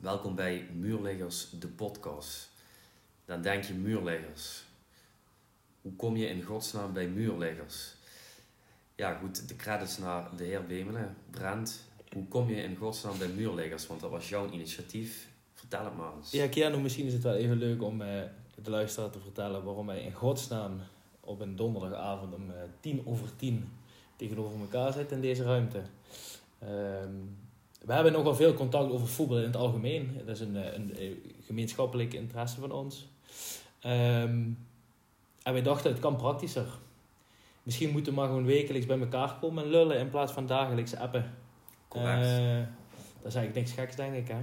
Welkom bij Muurleggers, de podcast. Dan denk je muurleggers. Hoe kom je in godsnaam bij muurleggers? Ja goed, de credits naar de heer Bemelen. Brent, hoe kom je in godsnaam bij muurleggers? Want dat was jouw initiatief. Vertel het maar eens. Ja, Keanu, misschien is het wel even leuk om de luisteraar te vertellen waarom wij in godsnaam op een donderdagavond om 10:10 tegenover elkaar zitten in deze ruimte. We hebben nogal veel contact over voetbal in het algemeen. Dat is een gemeenschappelijke interesse van ons. En wij dachten, het kan praktischer. Misschien moeten we maar gewoon wekelijks bij elkaar komen en lullen in plaats van dagelijks appen. Correct. Dat is eigenlijk niks geks, denk ik, hè.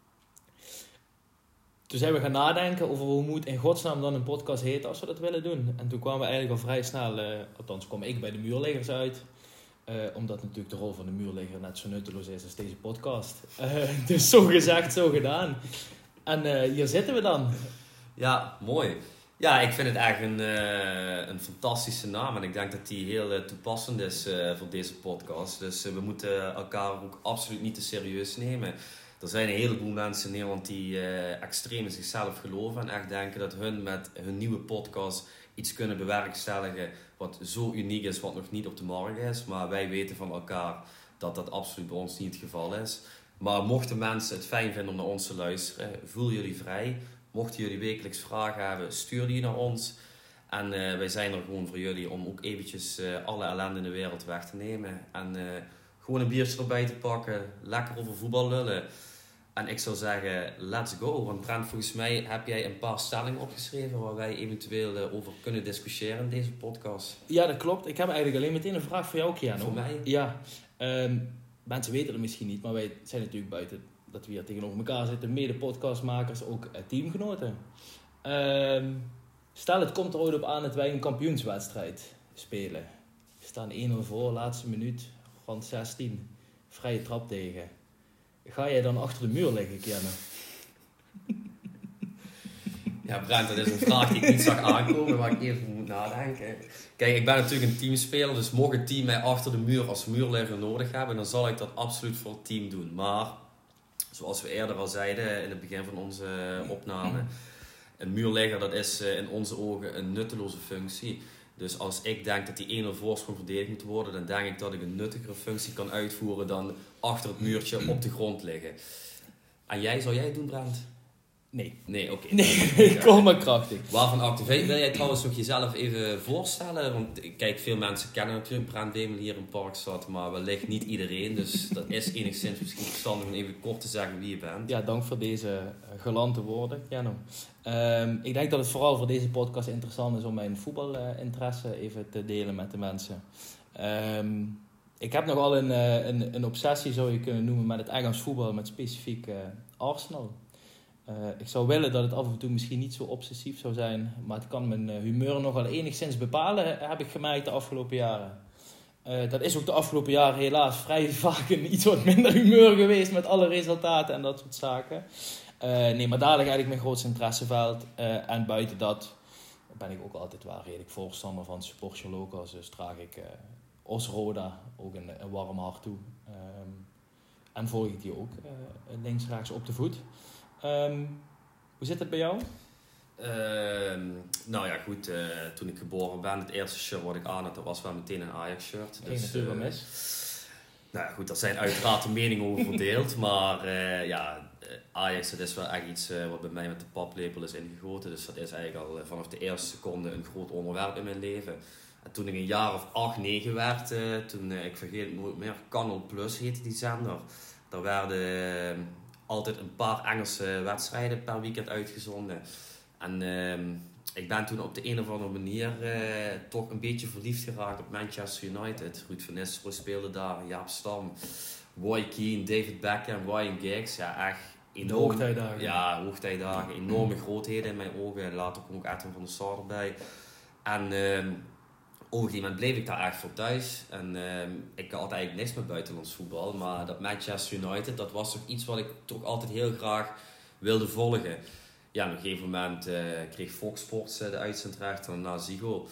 Toen zijn we gaan nadenken over hoe moet in godsnaam dan een podcast heten als we dat willen doen. En toen kwamen we eigenlijk al vrij snel, althans kwam ik bij de muurleggers uit. Omdat natuurlijk de rol van de muurlegger net zo nutteloos is als deze podcast. Dus zo gezegd, zo gedaan. En hier zitten we dan. Ja, mooi. Ja, ik vind het eigenlijk een fantastische naam. En ik denk dat die heel toepassend is voor deze podcast. Dus we moeten elkaar ook absoluut niet te serieus nemen. Er zijn een heleboel mensen in Nederland die extreem in zichzelf geloven. En echt denken dat hun met hun nieuwe podcast iets kunnen bewerkstelligen wat zo uniek is, wat nog niet op de markt is. Maar wij weten van elkaar dat dat absoluut bij ons niet het geval is. Maar mochten mensen het fijn vinden om naar ons te luisteren, voel jullie vrij. Mochten jullie wekelijks vragen hebben, stuur die naar ons. En wij zijn er gewoon voor jullie om ook eventjes alle ellende in de wereld weg te nemen. En gewoon een biertje erbij te pakken, lekker over voetbal lullen. En ik zou zeggen, let's go. Want Brent, volgens mij heb jij een paar stellingen opgeschreven waar wij eventueel over kunnen discussiëren in deze podcast. Ja, dat klopt. Ik heb eigenlijk alleen meteen een vraag voor jou, Keanu. Voor mij? Ja. Mensen weten het misschien niet, maar wij zijn natuurlijk buiten dat we hier tegenover elkaar zitten, mede-podcastmakers, ook teamgenoten. Stel, het komt er ooit op aan dat wij een kampioenswedstrijd spelen. We staan 1-0 voor, laatste minuut, rand 16, vrije trap tegen. Ga jij dan achter de muur liggen, Keanu? Ja, Brent, dat is een vraag die ik niet zag aankomen, waar ik even moet nadenken. Kijk, ik ben natuurlijk een teamspeler, dus mocht het team mij achter de muur als muurlegger nodig hebben, dan zal ik dat absoluut voor het team doen. Maar, zoals we eerder al zeiden in het begin van onze opname, een muurlegger, dat is in onze ogen een nutteloze functie. Dus als ik denk dat die 1-0 voorsprong verdedigd moet worden, dan denk ik dat ik een nuttigere functie kan uitvoeren dan achter het muurtje op de grond liggen. En jij, zou jij het doen, Brent? Nee. Nee, oké. Nee, ik kom maar krachtig. Waarvan activeer? Wil jij trouwens nog jezelf even voorstellen? Want kijk, veel mensen kennen natuurlijk Brent Bemelen hier in Parkstad, maar wellicht niet iedereen. Dus dat is enigszins misschien verstandig om even kort te zeggen wie je bent. Ja, dank voor deze galante woorden, Keanu. Ik denk dat het vooral voor deze podcast interessant is om mijn voetbalinteresse even te delen met de mensen. Ik heb nogal een obsessie, zou je kunnen noemen, met het Engels voetbal, met specifiek Arsenal. Ik zou willen dat het af en toe misschien niet zo obsessief zou zijn, maar het kan mijn humeur nogal enigszins bepalen, heb ik gemerkt de afgelopen jaren. Dat is ook de afgelopen jaren helaas vrij vaak een iets wat minder humeur geweest met alle resultaten en dat soort zaken. Nee, maar daar ligt eigenlijk mijn grootste interesseveld. En buiten dat ben ik ook altijd wel redelijk voorstander van Supportje Locals. Dus draag ik Osroda ook een warm hart toe. En volg ik die ook links-rechts op de voet. Hoe zit het bij jou? Nou ja, goed. Toen ik geboren ben, het eerste shirt wat ik aan had, dat was wel meteen een Ajax-shirt. Geen natuurlijk wel mis. Nou ja, goed, daar zijn uiteraard de meningen over verdeeld. Maar Ajax, dat is wel echt iets wat bij mij met de paplepel is ingegoten. Dus dat is eigenlijk al vanaf de eerste seconde een groot onderwerp in mijn leven. En toen ik een jaar of 8, 9 werd, ik vergeet het nooit meer, Canal Plus heette die zender. Daar werden altijd een paar Engelse wedstrijden per weekend uitgezonden. En ik ben toen op de een of andere manier toch een beetje verliefd geraakt op Manchester United. Ruud van Nistelrooy speelde daar, Jaap Stam, Roy Keane, David Beckham, Ryan Giggs. Ja, echt enorm. Hoogtijdagen. Ja, hoogtijdagen. Enorme grootheden in mijn ogen. Later kwam ook Edwin van der Sar erbij. En op een gegeven moment bleef ik daar echt voor thuis. En ik had eigenlijk niks met buitenlands voetbal. Maar dat Manchester United, dat was toch iets wat ik toch altijd heel graag wilde volgen. Ja, op een gegeven moment kreeg Fox Sports de uitzendrechten na Ziggo.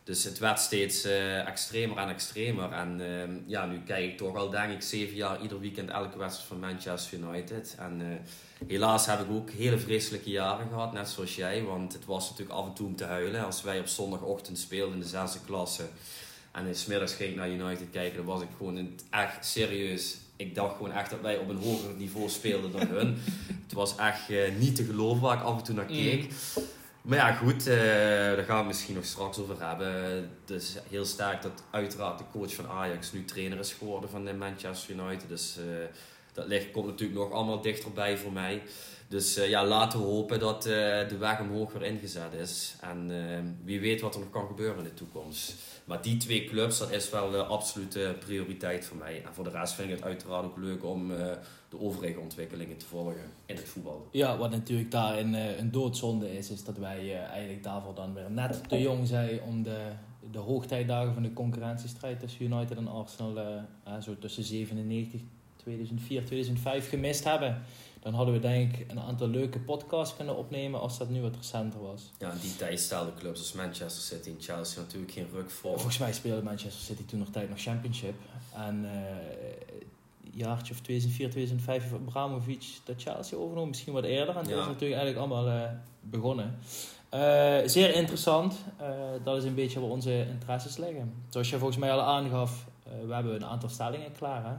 Dus het werd steeds extremer en extremer. En nu kijk ik toch al, denk ik, 7 jaar ieder weekend elke wedstrijd van Manchester United. En helaas heb ik ook hele vreselijke jaren gehad, net zoals jij. Want het was natuurlijk af en toe om te huilen. Als wij op zondagochtend speelden in de 6e klasse en 's middags ging ik naar United kijken, dan was ik gewoon echt serieus. Ik dacht gewoon echt dat wij op een hoger niveau speelden dan hun. Het was echt niet te geloven waar ik af en toe naar keek. Maar ja, goed, daar gaan we het misschien nog straks over hebben. Het is heel sterk dat uiteraard de coach van Ajax nu trainer is geworden van Manchester United. Dus dat komt natuurlijk nog allemaal dichterbij voor mij. Dus laten we hopen dat de weg omhoog weer ingezet is. En wie weet wat er nog kan gebeuren in de toekomst. Maar die 2 clubs, dat is wel de absolute prioriteit voor mij. En voor de rest vind ik het uiteraard ook leuk om de overige ontwikkelingen te volgen in het voetbal. Ja, wat natuurlijk daarin een doodzonde is dat wij eigenlijk daarvoor dan weer net te jong zijn om de hoogtijdagen van de concurrentiestrijd tussen United en Arsenal zo tussen 97, 2004, 2005 gemist hebben. Dan hadden we denk ik een aantal leuke podcasts kunnen opnemen als dat nu wat recenter was. Ja, in die tijd stelden clubs als Manchester City en Chelsea natuurlijk geen ruk voor. Volgens mij speelde Manchester City toen nog Championship. En jaartje of 2004, 2005 heeft Abramovic dat Chelsea overgenomen. Misschien wat eerder. En dat is natuurlijk eigenlijk allemaal begonnen. Zeer interessant. Dat is een beetje waar onze interesses liggen. Zoals je volgens mij al aangaf, we hebben een aantal stellingen klaar. Hè?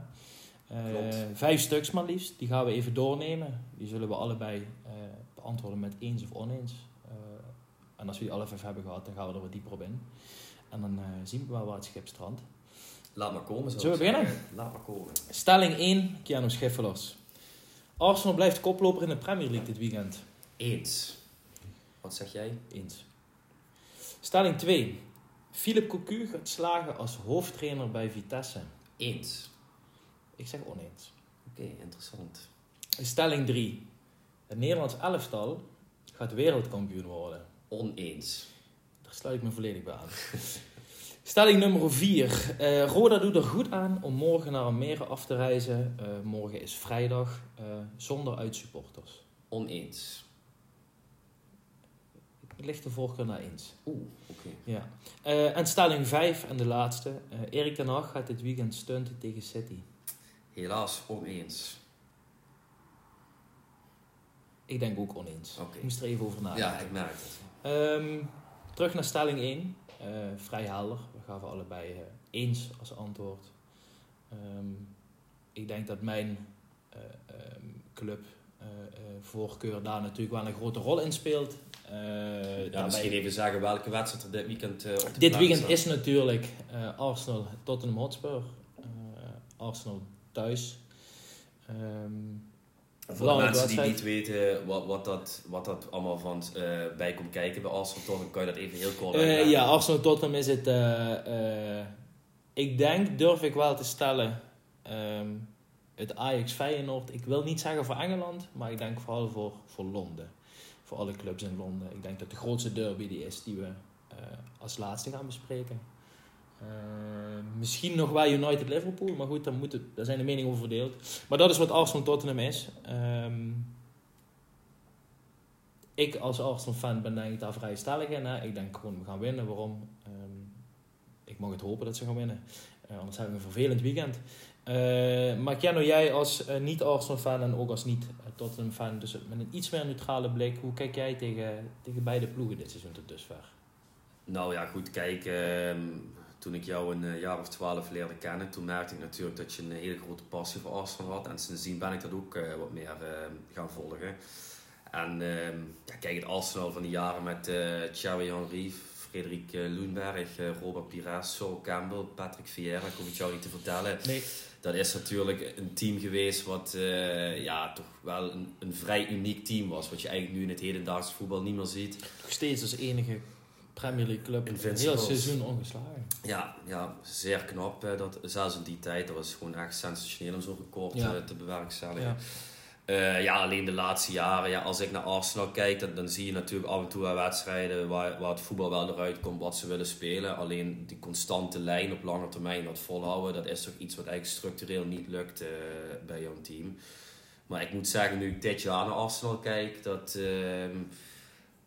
5 stuks maar liefst. Die gaan we even doornemen. Die zullen we allebei beantwoorden met eens of oneens. En als we die alle 5 hebben gehad, dan gaan we er wat dieper op in. En dan zien we wel waar het schip strandt. Laat maar komen. Zullen we beginnen? Laat maar komen. Stelling 1, Keanu Schiffelers. Arsenal blijft koploper in de Premier League dit weekend. Eens. Wat zeg jij? Eens. Stelling 2. Philippe Cocu gaat slagen als hoofdtrainer bij Vitesse. Eens. Ik zeg oneens. Oké, interessant. Stelling 3. Het Nederlands elftal gaat wereldkampioen worden. Oneens. Daar sluit ik me volledig bij aan. Stelling nummer 4. Roda doet er goed aan om morgen naar Almere af te reizen. Morgen is vrijdag. Zonder uitsupporters. Oneens. Ik lig de voorkeur naar eens. Oké. Ja. En stelling 5 en de laatste. Erik ten Hag gaat dit weekend stunten tegen City. Helaas oneens. Ik denk ook oneens. Okay. Ik moest er even over nadenken. Ja, ik merk het. Terug naar stelling 1. Vrij helder. We gaven allebei eens als antwoord. Ik denk dat mijn club voorkeur daar natuurlijk wel een grote rol in speelt. Misschien even zeggen welke wedstrijd er dit weekend op de dit weekend staat. is natuurlijk Arsenal Tottenham Hotspur. Arsenal thuis. Voor de mensen die niet weten wat dat allemaal van bij komt kijken bij Arsenal Tottenham, kan je dat even heel kort uitleggen? Ja, Arsenal Tottenham is het... ik denk, durf ik wel te stellen, het Ajax Feyenoord. Ik wil niet zeggen voor Engeland, maar ik denk vooral voor Londen. Voor alle clubs in Londen. Ik denk dat de grootste derby die is die we als laatste gaan bespreken. Misschien nog wel United Liverpool, maar goed, daar zijn de meningen over verdeeld. Maar dat is wat Arsenal Tottenham is. Ik als Arsenal fan ben denk ik daar vrij stellig in. Hè. Ik denk gewoon we gaan winnen. Waarom? Ik mag het hopen dat ze gaan winnen. Anders hebben we een vervelend weekend. Maar Keanu, jij als niet Arsenal fan en ook als niet Tottenham fan, dus met een iets meer neutrale blik, hoe kijk jij tegen beide ploegen dit seizoen tot dusver? Nou ja, goed, kijk. Toen ik jou een jaar of 12 leerde kennen, toen merkte ik natuurlijk dat je een hele grote passie voor Arsenal had. En sindsdien ben ik dat ook wat meer gaan volgen. En kijk, het Arsenal van die jaren met Thierry Henry, Frederik Ljungberg, Robert Pires, Sol Campbell, Patrick Vieira, ik hoef het jou niet te vertellen. Nee. Dat is natuurlijk een team geweest wat toch wel een vrij uniek team was. Wat je eigenlijk nu in het hedendaagse voetbal niet meer ziet. Nog steeds als enige Premier League club een heel seizoen ongeslagen. Ja, zeer knap. Dat, zelfs in die tijd, dat was gewoon echt sensationeel om zo'n record te bewerkstelligen. Ja. Alleen de laatste jaren, als ik naar Arsenal kijk, dan zie je natuurlijk af en toe wedstrijden waar het voetbal wel eruit komt wat ze willen spelen. Alleen die constante lijn op lange termijn, dat volhouden, dat is toch iets wat eigenlijk structureel niet lukt bij jouw team. Maar ik moet zeggen, nu ik dit jaar naar Arsenal kijk,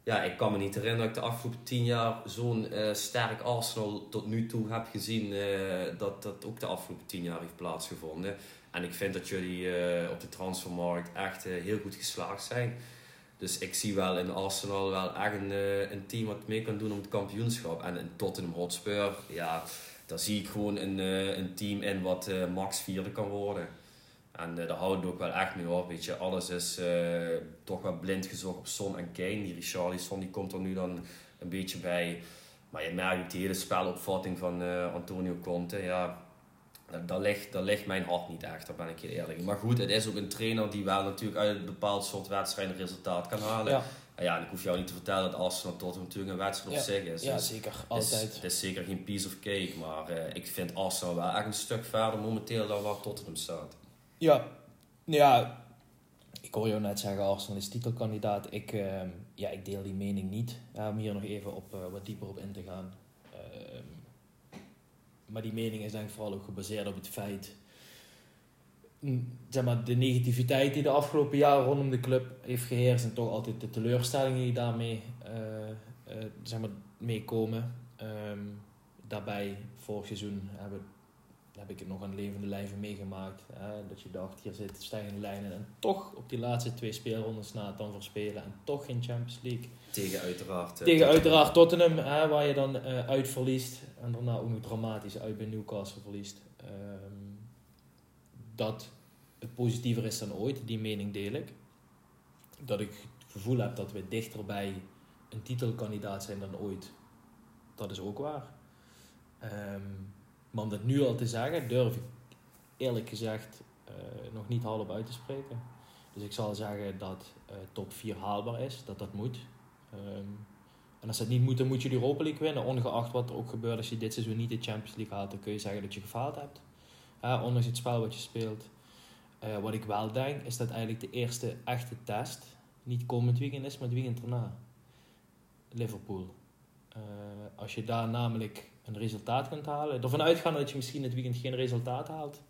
ja, ik kan me niet herinneren dat ik de afgelopen 10 jaar zo'n sterk Arsenal tot nu toe heb gezien. Dat ook de afgelopen 10 jaar heeft plaatsgevonden. En ik vind dat jullie op de transfermarkt echt heel goed geslaagd zijn. Dus ik zie wel in Arsenal wel echt een team wat mee kan doen om het kampioenschap. En in Tottenham Hotspur, ja, daar zie ik gewoon een team in wat max 4e kan worden. En daar houden we ook wel echt mee op. Weet je, alles is toch wel blind gezocht op Son en Kane. Die Richarlison die komt er nu dan een beetje bij. Maar je merkt ook die hele spelopvatting van Antonio Conte. Ja, daar ligt mijn hart niet echt, daar ben ik heel eerlijk in. Maar goed, het is ook een trainer die wel natuurlijk uit een bepaald soort wedstrijd een resultaat kan halen. Ja. En ja, en ik hoef jou niet te vertellen dat Arsenal Tottenham natuurlijk een wedstrijd op zich is. Ja, Dus zeker. Altijd. het is zeker geen piece of cake. Maar ik vind Arsenal wel echt een stuk verder momenteel dan waar Tottenham staat. Ja, ik hoor jou net zeggen, Arsenal is titelkandidaat. Ik deel die mening niet. Om hier nog even wat dieper op in te gaan. Maar die mening is denk ik vooral ook gebaseerd op het feit... Zeg maar, de negativiteit die de afgelopen jaren rondom de club heeft geheerst... en toch altijd de teleurstellingen die daarmee meekomen. Daarbij, vorig seizoen heb ik het nog aan levende lijven meegemaakt. Dat je dacht, hier zitten stijgende lijnen. En toch op die laatste 2 speelrondes na het dan verspelen. En toch geen Champions League. Tegen uiteraard Tottenham, waar je dan uit verliest. En daarna ook nog dramatisch uit bij Newcastle verliest. Dat het positiever is dan ooit, die mening deel ik. Dat ik het gevoel heb dat we dichter bij een titelkandidaat zijn dan ooit. Dat is ook waar. Maar om dat nu al te zeggen, durf ik eerlijk gezegd nog niet hardop uit te spreken. Dus ik zal zeggen dat top 4 haalbaar is, dat moet. En als dat niet moet, dan moet je de Europa League winnen. Ongeacht wat er ook gebeurt als je dit seizoen niet de Champions League haalt, dan kun je zeggen dat je gefaald hebt. Ondanks het spel wat je speelt. Wat ik wel denk, is dat eigenlijk de eerste echte test niet komend weekend is, maar het weekend erna. Liverpool. Als je daar namelijk een resultaat kunt halen, ervan uitgaan dat je misschien het weekend geen resultaat haalt,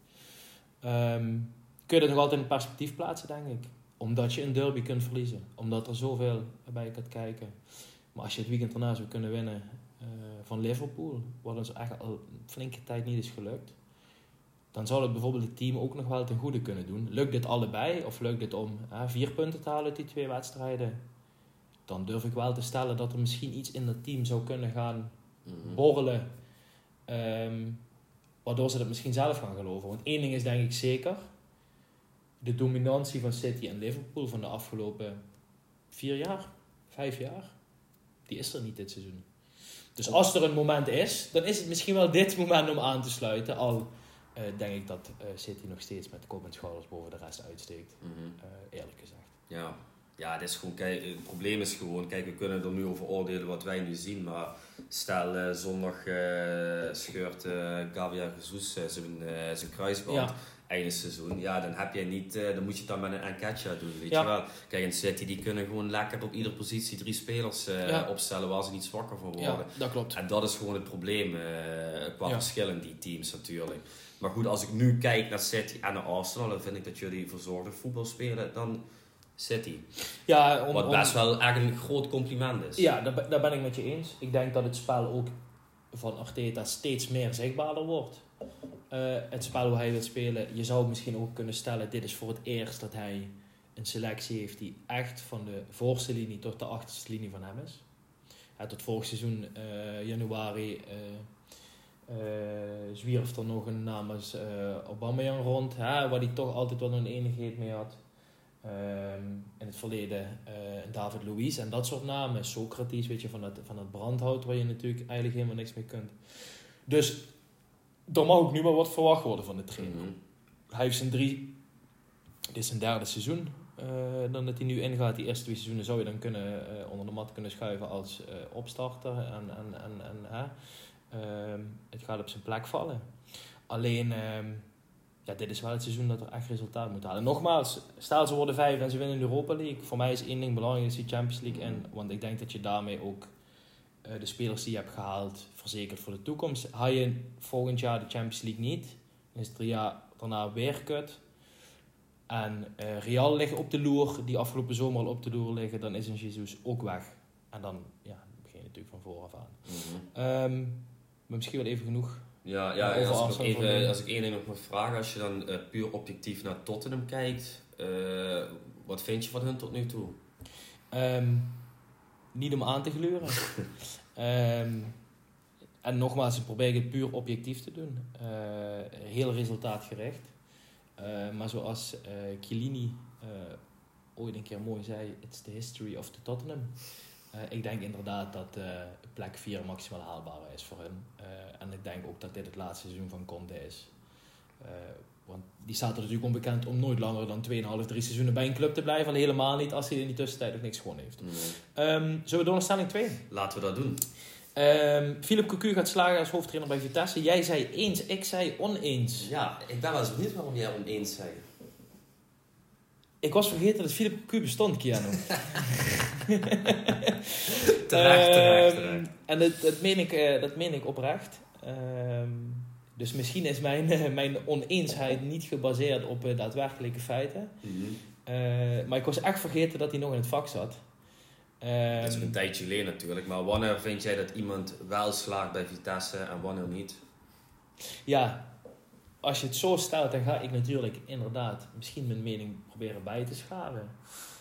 kun je dat nog altijd in perspectief plaatsen, denk ik. Omdat je een derby kunt verliezen. Omdat er zoveel bij gaat kijken. Maar als je het weekend erna zou kunnen winnen van Liverpool, wat ons echt al een flinke tijd niet is gelukt, dan zou het bijvoorbeeld het team ook nog wel ten goede kunnen doen. Lukt dit allebei, of lukt het om 4 punten te halen uit die 2 wedstrijden, dan durf ik wel te stellen dat er misschien iets in dat team zou kunnen gaan borrelen, waardoor ze dat misschien zelf gaan geloven. Want 1 ding is denk ik zeker, de dominantie van City en Liverpool van de afgelopen 4 jaar, 5 jaar, die is er niet dit seizoen. Dus als er een moment is, dan is het misschien wel dit moment om aan te sluiten, al denk ik dat City nog steeds met kop en schouders boven de rest uitsteekt. Eerlijk gezegd. Ja, het is gewoon, kijk, het probleem is gewoon, kijk, we kunnen er nu over oordelen wat wij nu zien, maar stel zondag scheurt Gabriel Jesus zijn kruisband einde seizoen, dan heb jij niet, dan moet je het dan met een enquête doen, weet je wel. Kijk, in City die kunnen gewoon lekker op iedere positie 3 spelers opstellen waar ze niet zwakker van worden. Ja, dat klopt. En dat is gewoon het probleem qua verschil in die teams natuurlijk. Maar goed, als ik nu kijk naar City en naar Arsenal, dan vind ik dat jullie verzorgd voetbal spelen dan City. Ja, wat best wel echt een groot compliment is. Ja, daar ben ik met je eens. Ik denk dat het spel ook van Arteta steeds meer zichtbaarder wordt. Het spel hoe hij wil spelen, je zou misschien ook kunnen stellen, dit is voor het eerst dat hij een selectie heeft die echt van de voorste linie tot de achterste linie van hem is. Tot vorig seizoen, januari, zwierf er nog een naam als Aubameyang rond, waar hij toch altijd wel een enigheid mee had. In het verleden David Luiz en dat soort namen, Socrates, weet je, van het brandhout waar je natuurlijk eigenlijk helemaal niks mee kunt. Dus er mag ook nu wel wat verwacht worden van de trainer. Hij heeft dit is zijn 3e seizoen dan dat hij nu ingaat. Die eerste 2 seizoenen zou je dan kunnen onder de mat kunnen schuiven als opstarter het gaat op zijn plek vallen. Alleen dit is wel het seizoen dat er echt resultaat moet halen. Nogmaals, stel ze worden 5 en ze winnen de Europa League. Voor mij is 1 ding belangrijk, is die Champions League in. Want ik denk dat je daarmee ook de spelers die je hebt gehaald verzekerd voor de toekomst. Haal je volgend jaar de Champions League niet, dan is het 3 jaar daarna weer kut. En Real ligt op de loer, die afgelopen zomer al op de loer liggen, dan is een Jesus ook weg. En dan begin je natuurlijk van vooraf aan. Mm-hmm. Maar misschien wel even genoeg. Ja, als ik één ding nog mag vragen. Als je dan puur objectief naar Tottenham kijkt. Wat vind je van hun tot nu toe? Niet om aan te gluren. En nogmaals, ik probeer het puur objectief te doen. Heel resultaatgericht. Maar zoals Chiellini ooit een keer mooi zei, it's the history of the Tottenham. Ik denk inderdaad dat plek 4 maximaal haalbaar is voor hen. En ik denk ook dat dit het laatste seizoen van Conte is. Want die staat er natuurlijk onbekend om nooit langer dan 2,5, 3 seizoenen bij een club te blijven. Al helemaal niet als hij in die tussentijd nog niks gewonnen heeft. Nee. Zullen we door naar stelling 2? Laten we dat doen. Philippe Cocu gaat slagen als hoofdtrainer bij Vitesse. Jij zei eens, ik zei oneens. Ja, ik ben wel eens benieuwd waarom jij oneens zei. Ik was vergeten dat Philippe Cocu bestond, Keanu. Terecht. En dat meen ik oprecht. Dus misschien is mijn oneensheid niet gebaseerd op daadwerkelijke feiten. Mm-hmm. Maar ik was echt vergeten dat hij nog in het vak zat. Dat is een tijdje geleden natuurlijk. Maar wanneer vind jij dat iemand wel slaagt bij Vitesse en wanneer niet? Ja, als je het zo stelt, dan ga ik natuurlijk inderdaad misschien mijn mening proberen bij te schaven.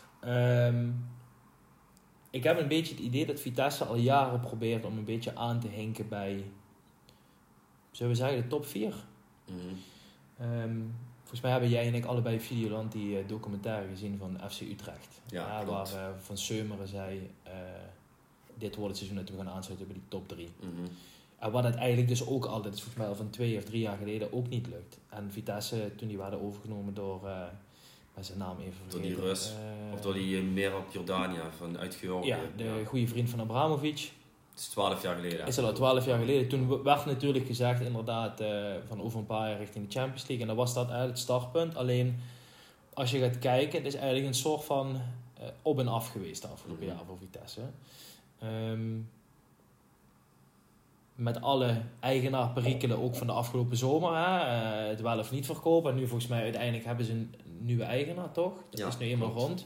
Ik heb een beetje het idee dat Vitesse al jaren probeert om een beetje aan te hinken bij, zullen we zeggen, de top 4. Mm-hmm. Volgens mij hebben jij en ik allebei op Videoland die documentaire gezien van FC Utrecht. Ja, waar Van Seumeren zei, dit wordt het seizoen dat we gaan aansluiten bij die top 3. Mm-hmm. En wat het eigenlijk dus ook altijd, volgens mij al van 2 of 3 jaar geleden, ook niet lukt. En Vitesse, toen die werden overgenomen door, zijn naam even vergeten. Door die Rus, of door die Merab Jordania uit Georgië. Ja, de goede vriend van Abramovic. Het is 12 jaar geleden. Is al 12 jaar geleden. Toen werd natuurlijk gezegd inderdaad van over een paar jaar richting de Champions League. En dan was dat eigenlijk het startpunt. Alleen als je gaat kijken, het is eigenlijk een soort van op en af geweest de afgelopen jaar voor Vitesse. Met alle eigenaarperikelen ook van de afgelopen zomer. Het wel of niet verkopen. En nu volgens mij uiteindelijk hebben ze een nieuwe eigenaar, toch? Dat is nu eenmaal rond.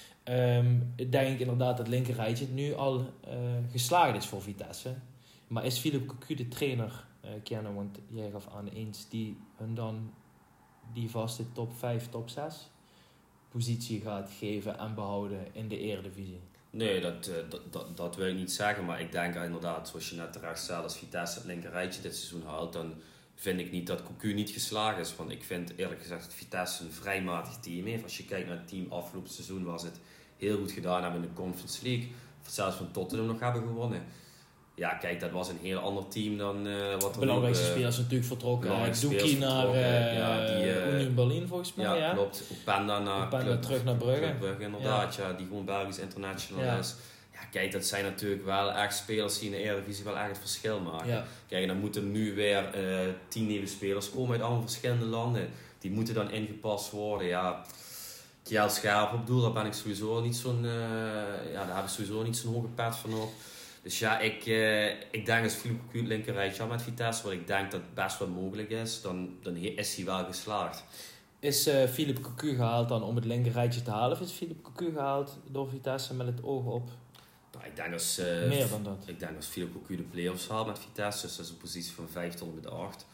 Ik denk inderdaad dat linkerrijtje nu al geslaagd is voor Vitesse. Maar is Philippe Cocu de trainer, Keanu, want jij gaf aan eens, die hun dan die vaste top 5, top 6 positie gaat geven en behouden in de Eredivisie? Nee, dat wil ik niet zeggen. Maar ik denk inderdaad, zoals je net terecht stelt, als Vitesse het linkerrijtje dit seizoen haalt, dan vind ik niet dat Cocu niet geslaagd is. Want ik vind eerlijk gezegd dat Vitesse een vrij matig team heeft. Als je kijkt naar het team afgelopen seizoen, was het heel goed gedaan hebben in de Conference League. Zelfs van Tottenham nog hebben gewonnen. Ja, kijk, dat was een heel ander team dan wat er belangrijkste spelers natuurlijk vertrokken. Doekie naar Union Berlin volgens mij. Ja, klopt. Openda naar terug naar Brugge. Brugge inderdaad, ja, die gewoon Belgisch international is. Ja, kijk, dat zijn natuurlijk wel echt spelers die in de Eredivisie wel echt het verschil maken. Ja. Kijk, dan moeten nu weer 10 nieuwe spelers komen uit allemaal verschillende landen. Die moeten dan ingepast worden, ja. Kjell Scherp op doel, daar ben ik sowieso niet zo'n... daar heb ik sowieso niet zo'n hoge pet van op. Dus ja, ik denk als Philippe Cocu het linkerrijtje met Vitesse, wat ik denk dat best wel mogelijk is, dan is hij wel geslaagd. Is Philippe Cocu gehaald dan om het linkerrijtje te halen? Of is Philippe Cocu gehaald door Vitesse met het oog op? Nou, ik denk als, meer dan dat. Ik denk als Philippe Cocu de play-offs haalt met Vitesse, dus dat is een positie van 5 tot en met 8,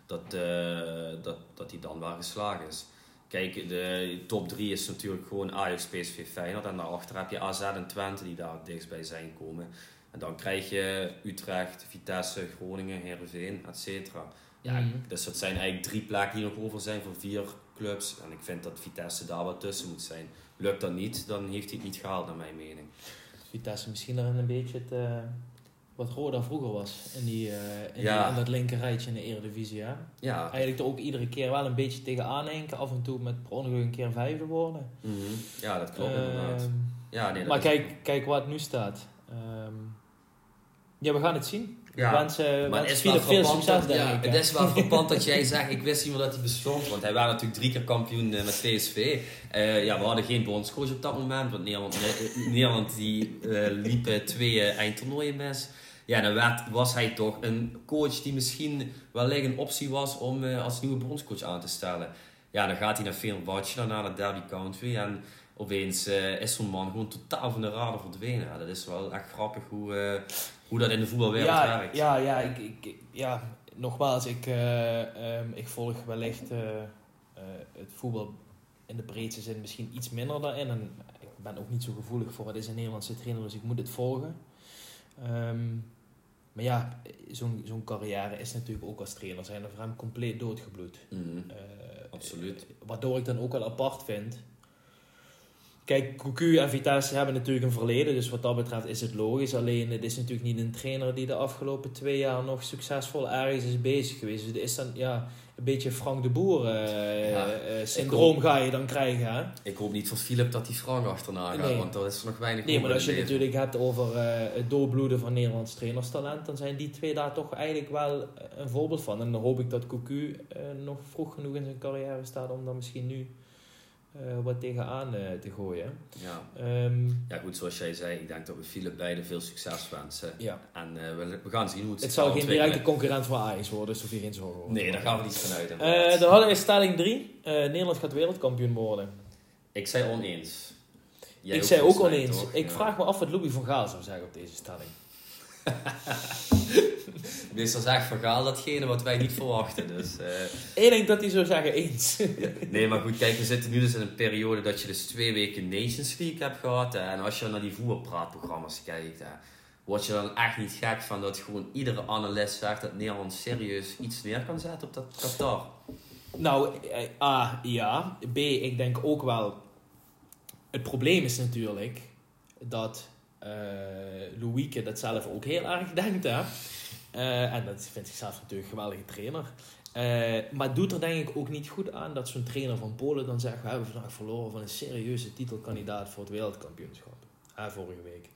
dat hij dan wel geslagen is. Kijk, de top 3 is natuurlijk gewoon Ajax, PSV, Feyenoord. En daarachter heb je AZ en Twente die daar dichtstbij zijn komen. En dan krijg je Utrecht, Vitesse, Groningen, Heerenveen, etc. Ja, dus dat zijn eigenlijk 3 plekken die nog over zijn voor 4 clubs. En ik vind dat Vitesse daar wat tussen moet zijn. Lukt dat niet, dan heeft hij het niet gehaald naar mijn mening. Vitesse misschien er een beetje wat Roda vroeger was in dat linkerrijtje in de Eredivisie. Hè? Ja. Eigenlijk er ook iedere keer wel een beetje tegenaan hinken. Af en toe met per ongeluk een keer 5e worden. Mm-hmm. Ja, dat klopt inderdaad. Ja, nee, maar kijk wat nu staat. We gaan het zien. Ja, maar het is veel succes, denk ik. Het is wel frappant dat jij zegt, ik wist niet meer dat hij bestond. Want hij was natuurlijk 3 keer kampioen met PSV. We hadden geen bondscoach op dat moment. Want Nederland die liep 2 eindtoernooien mis. Ja, dan was hij toch een coach die misschien wellicht een optie was om als nieuwe bondscoach aan te stellen. Ja, dan gaat hij naar Fenerbahce, daarna naar Derby County. En opeens is zo'n man gewoon totaal van de radar verdwenen. Ja, dat is wel echt grappig hoe dat in de voetbalwereld werkt. Ja, nogmaals, ik volg wellicht het voetbal in de breedste zin misschien iets minder daarin. En ik ben ook niet zo gevoelig voor het is een Nederlandse trainer, dus ik moet het volgen. Maar ja, zo'n carrière is natuurlijk ook als trainer zijn er voor hem compleet doodgebloed. Absoluut. Waardoor ik dan ook wel apart vind. Kijk, Cocu en Vitesse hebben natuurlijk een verleden, dus wat dat betreft is het logisch. Alleen, het is natuurlijk niet een trainer die de afgelopen 2 jaar nog succesvol ergens is bezig geweest. Dus het is dan een beetje Frank de Boer syndroom ga je dan krijgen. Hè? Ik hoop niet voor Philip dat hij Frank achterna gaat, want dat is er nog weinig. Nee, maar als je het natuurlijk hebt over het doodbloeden van Nederlands trainerstalent, dan zijn die 2 daar toch eigenlijk wel een voorbeeld van. En dan hoop ik dat Cocu nog vroeg genoeg in zijn carrière staat om dan misschien nu wat tegenaan te gooien. Ja, goed, zoals jij zei, ik denk dat we Philip beide veel succes wensen. Ja. En we gaan zien hoe het zal geen directe concurrent voor Ajax worden, dus hoef je geen zorgen over. Nee, daar gaan we niet vanuit. Dan hadden we stelling 3. Nederland gaat wereldkampioen worden. Ik zei oneens. Ik zei ook oneens. Toch? Ik vraag me af wat Louis van Gaal zou zeggen op deze stelling. Meestal zegt Van Gaal datgene wat wij niet verwachten. Dus, Ik denk dat hij zou zeggen eens. Nee, maar goed, kijk, we zitten nu dus in een periode dat je dus 2 weken Nations League hebt gehad. En als je naar die voetbalpraatprogramma's kijkt, word je dan echt niet gek van dat gewoon iedere analist zegt dat Nederland serieus iets neer kan zetten op dat Qatar. Nou, A, ja. B, ik denk ook wel. Het probleem is natuurlijk dat Louieke dat zelf ook heel erg denkt, hè. En dat vindt zichzelf natuurlijk een geweldige trainer. Maar het doet er denk ik ook niet goed aan dat zo'n trainer van Polen dan zegt, we hebben vandaag verloren van een serieuze titelkandidaat voor het wereldkampioenschap. Vorige week.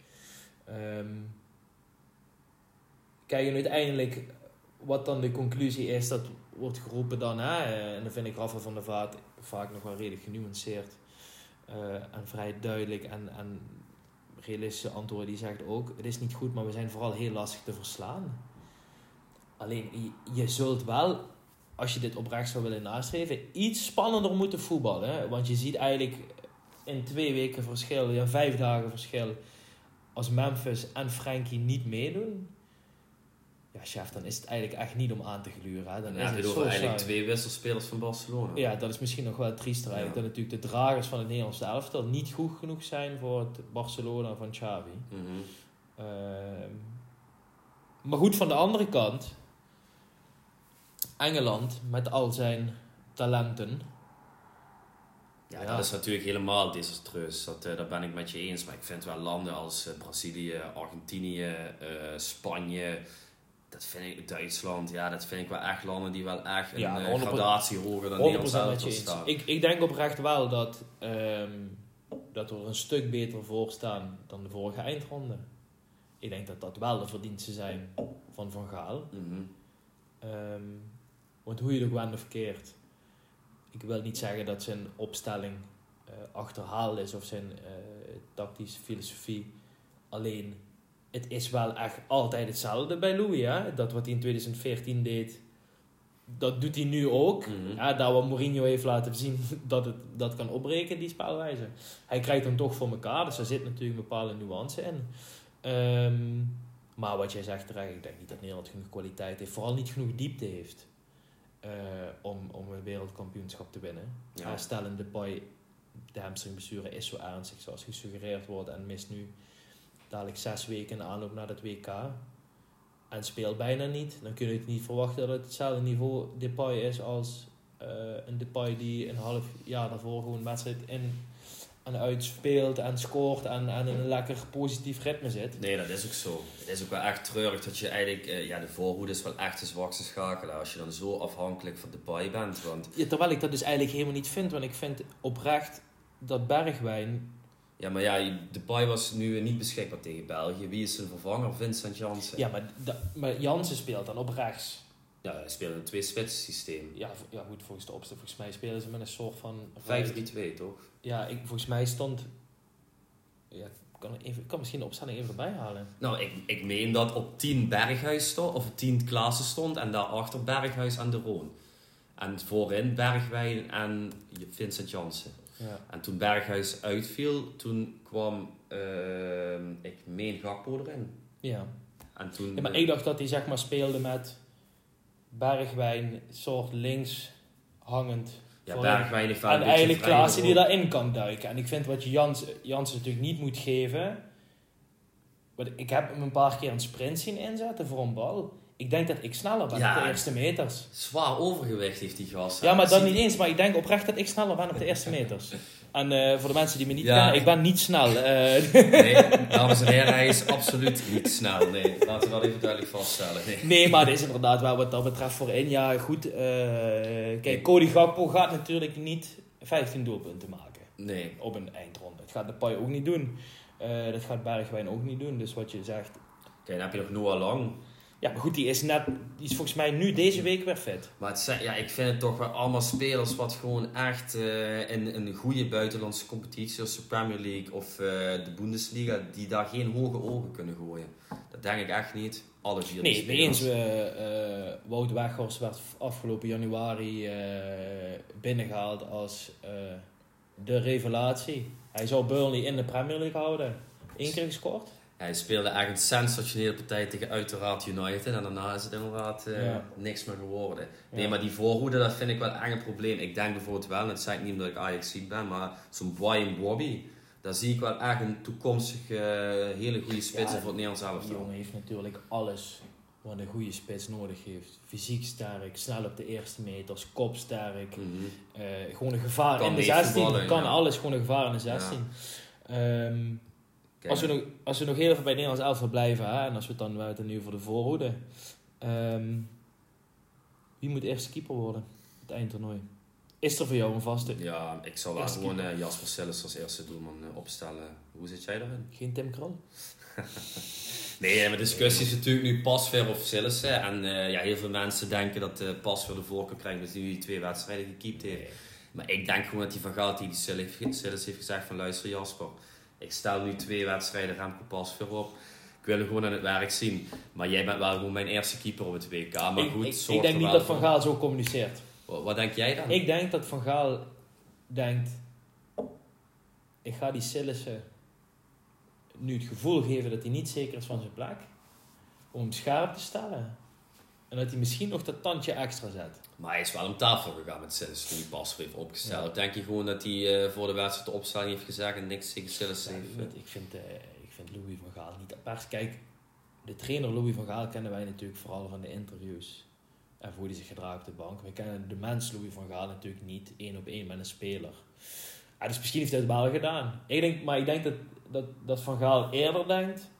Kijk, en uiteindelijk, wat dan de conclusie is, dat wordt geroepen dan, en dan vind ik Rafa van der Vaart vaak nog wel redelijk genuanceerd en vrij duidelijk en realistische antwoorden, die zegt ook, het is niet goed, maar we zijn vooral heel lastig te verslaan. Alleen, je zult wel, als je dit oprecht zou willen nastreven, iets spannender moeten voetballen. Hè? Want je ziet eigenlijk in 2 weken verschil, 5 dagen verschil, als Memphis en Frenkie niet meedoen, ja, chef, dan is het eigenlijk echt niet om aan te gluren. Hè? Dan is het zo eigenlijk 2 wisselspelers van Barcelona. Ja, dat is misschien nog wel triester eigenlijk. Dat natuurlijk de dragers van het Nederlandse elftal niet goed genoeg zijn voor het Barcelona van Xavi. Maar goed, van de andere kant, Engeland met al zijn talenten. Ja, dat is natuurlijk helemaal desastreus. Daar ben ik met je eens. Maar ik vind wel landen als Brazilië, Argentinië, Spanje, dat vind ik, Duitsland, dat vind ik wel echt landen die wel echt een gradatie hoger dan Nederland zelf staan. Ik denk oprecht wel dat we er een stuk beter voor staan dan de vorige eindronde. Ik denk dat dat wel de verdiensten zijn van Van Gaal. Want hoe je het ook went of keert, ik wil niet zeggen dat zijn opstelling achterhaald is of zijn tactische filosofie. Alleen, het is wel echt altijd hetzelfde bij Louis. Hè? Dat wat hij in 2014 deed, dat doet hij nu ook. Daar wat Mourinho heeft laten zien dat kan opbreken, die spelwijze. Hij krijgt hem toch voor elkaar, dus er zit natuurlijk een bepaalde nuance in. Maar wat jij zegt terecht, ik denk niet dat Nederland genoeg kwaliteit heeft. Vooral niet genoeg diepte heeft om een wereldkampioenschap te winnen. Ja. Stel in Depay, de hamstringblessure is zo ernstig zoals gesuggereerd wordt en mist nu dadelijk 6 weken in aanloop naar het WK en speelt bijna niet. Dan kun je het niet verwachten dat het hetzelfde niveau Depay is als een Depay die een half jaar daarvoor gewoon wedstrijd in en uitspeelt en scoort en in een lekker positief ritme zit. Nee, dat is ook zo. Het is ook wel echt treurig dat je eigenlijk, de voorhoede is wel echt de zwakste schakel als je dan zo afhankelijk van Depay bent. Want terwijl ik dat dus eigenlijk helemaal niet vind, want ik vind oprecht dat Bergwijn... Ja, maar Depay was nu niet beschikbaar tegen België. Wie is zijn vervanger? Vincent Janssen. Ja, maar Janssen speelt dan op rechts. Ja, hij speelt in een 2-spits systeem. Ja, goed, volgens de opstelling. Volgens mij spelen ze met een soort van... 5-3-2, toch? Ja, volgens mij stond... Ja, ik kan misschien de opstelling even erbij halen. Nou, ik meen dat op 10 Berghuis stond, of 10 Klaassen stond, en daarachter Berghuis en De Roon. En voorin Bergwijn en Vincent Janssen. Ja. En toen Berghuis uitviel, toen kwam, ik meen Gakpo erin. Ja. En toen, Ja, maar ik dacht dat hij zeg maar speelde met Bergwijn, soort links hangend. ja, Bergwijn heeft wel En een beetje eigenlijk vrije Klaassen die rol. daarin kan duiken. En ik vind wat je Jansen natuurlijk niet moet geven. Want ik heb hem een paar keer een sprint zien inzetten voor een bal. Ik denk dat ik sneller ben Ja. op de eerste meters. Zwaar overgewicht heeft die gast. Ja, maar dat Zie- niet eens. Maar ik denk oprecht dat ik sneller ben op de eerste meters. En voor de mensen die me niet Ja. kennen, ik ben niet snel. Nee, dames en heren, hij is absoluut niet snel. Nee, laten we dat even duidelijk vaststellen. Nee. Nee, maar het is inderdaad wel wat dat betreft voorin. Ja, goed. Kijk, Cody Gakpo gaat natuurlijk niet 15 doelpunten maken Nee. op een eindronde. Dat gaat Depay ook niet doen. Dat gaat Bergwijn ook niet doen. Dus wat je zegt... Kijk, dan heb je nog Noah Lang. Ja, maar goed, die is volgens mij nu deze week weer fit. Maar ik vind het toch wel allemaal spelers wat gewoon echt in een goede buitenlandse competitie, zoals de Premier League of de Bundesliga, die daar geen hoge ogen kunnen gooien. Dat denk ik echt niet. Alle vier die Nee, spelers. eens. Wout Weghorst werd afgelopen januari binnengehaald als de revelatie. Hij zou Burnley in de Premier League houden. 1 keer gescoord. Hij speelde echt een sensationele partij tegen uiteraard United. En daarna is het inderdaad niks meer geworden. Nee, Ja. maar die voorhoede, dat vind ik wel echt een probleem. Ik denk bijvoorbeeld wel, en dat zeg ik niet omdat ik Ajax-ziek ben, maar zo'n Brian Bobby, daar zie ik wel echt een toekomstige hele goede spits voor het Nederlands Die elftal. jongen heeft natuurlijk alles wat een goede spits nodig heeft. Fysiek sterk, snel op de eerste meters, kopsterk. Mhm. Gewoon een gevaar Kan in de mee 16. voetballen, Kan ja. alles, gewoon een gevaar in de 16. Kijk, Als we nog heel even bij Nederlands elftal blijven, hè, en als we het dan uit nu voor de voorhoede. Wie moet eerste keeper worden? Het eindtoernooi. Is er voor jou een vaste? ja, ik zal wel Eerste gewoon Jasper Sillis als eerste doelman opstellen. Hoe zit jij daarin? Geen Tim Krul? Nee, maar discussie is natuurlijk nu Pasveer of Sillissen. En heel veel mensen denken dat Pasveer de voorkeur krijgt omdat hij nu die 2 wedstrijden gekiept heeft. Maar ik denk gewoon dat hij van Gaal die Sillis heeft gezegd van luister Jasper, ik stel nu 2 wedstrijden Remco Pasveer op. Ik wil hem gewoon aan het werk zien. Maar jij bent wel gewoon mijn eerste keeper op het WK. Maar goed, ik denk niet dat Van Gaal zo communiceert. Wat denk jij dan? Ik denk dat Van Gaal denkt... Ik ga die Sillissen nu het gevoel geven dat hij niet zeker is van zijn plek. Om hem scherp te stellen. En dat hij misschien nog dat tandje extra zet. Maar hij is wel om tafel gegaan met Sillis toen hij Pasveer heeft opgesteld. Ja. Denk je gewoon dat hij voor de wedstrijd de opstelling heeft gezegd en niks tegen Sillis Ja, heeft? ik vind Louis van Gaal niet apart. Kijk, de trainer Louis van Gaal kennen wij natuurlijk vooral van de interviews. En hoe hij zich gedraagt op de bank. Wij kennen de mens Louis van Gaal natuurlijk niet 1 op 1 met een speler. Dus misschien heeft hij het wel gedaan. Ik denk dat Van Gaal eerder denkt...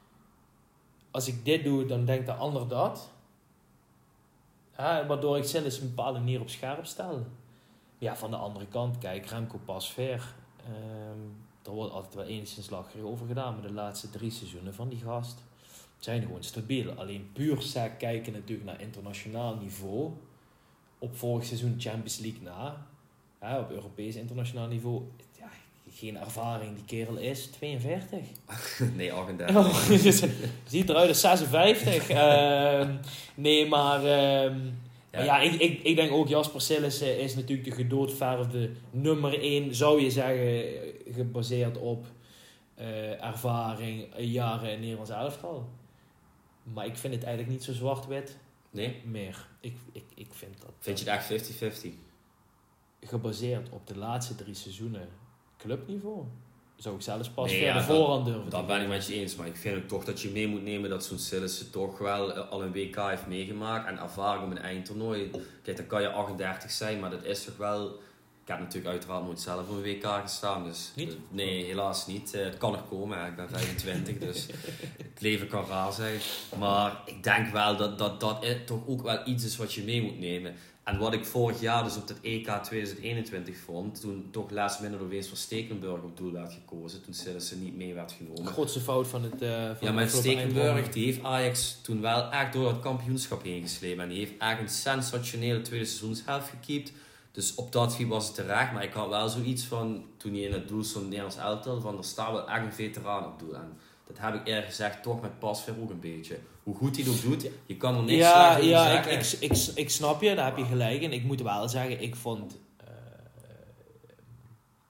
Als ik dit doe, dan denkt de ander dat. Waardoor ik zelfs een bepaalde manier op scherp stel. Ja, van de andere kant, kijk, Remco Pasveer. Er wordt altijd wel enigszins lacherig over gedaan. Maar de laatste 3 seizoenen van die gast zijn gewoon stabiel. Alleen puur sec kijken natuurlijk naar internationaal niveau. Op vorig seizoen Champions League na. Op Europees internationaal niveau. Ja, geen ervaring. Die kerel is 42. Nee, 38. Ziet eruit als 56. Nee, maar... Ja. Ik denk ook Jasper Sillissen is natuurlijk de gedoodverfde nummer 1, zou je zeggen, gebaseerd op ervaring, jaren in Nederlands elftal. Maar ik vind het eigenlijk niet zo zwart-wit Nee? meer. Ik vind dat... Vind je het echt 50-50? Gebaseerd op de laatste 3 seizoenen clubniveau, zou ik zelfs pas Nee, weer ja, de voorhand durven. Dat ben ik met je eens, maar ik vind ook toch dat je mee moet nemen dat zo'n Sillissen toch wel al een WK heeft meegemaakt en ervaring op een eindtoernooi. Kijk, dan kan je 38 zijn, maar dat is toch wel... Ik heb natuurlijk uiteraard nooit zelf op een WK gestaan, dus... Niet? Nee, helaas niet. Het kan nog komen, hè. Ik ben 25, dus het leven kan raar zijn. Maar ik denk wel dat toch ook wel iets is wat je mee moet nemen. En wat ik vorig jaar dus op het EK 2021 vond, toen toch last minute opeens voor Stekelenburg op doel werd gekozen, toen Sillissen niet mee werd genomen. De grootste fout van het... Ja, maar Stekelenburg, die heeft Ajax toen wel echt door het kampioenschap heen geslepen. En die heeft echt een sensationele tweede seizoenshelft gekiept. Dus op dat gebied was het terecht. Maar ik had wel zoiets van, toen hij in het doel stond Nederlands elftal, van er staat wel echt een veteraan op doel. En dat heb ik eerlijk gezegd toch met Pasveer ook een beetje. Hoe goed hij het ook doet, je kan er niks slecht over zeggen. Ik snap je, daar heb je gelijk in. Ik moet wel zeggen, ik vond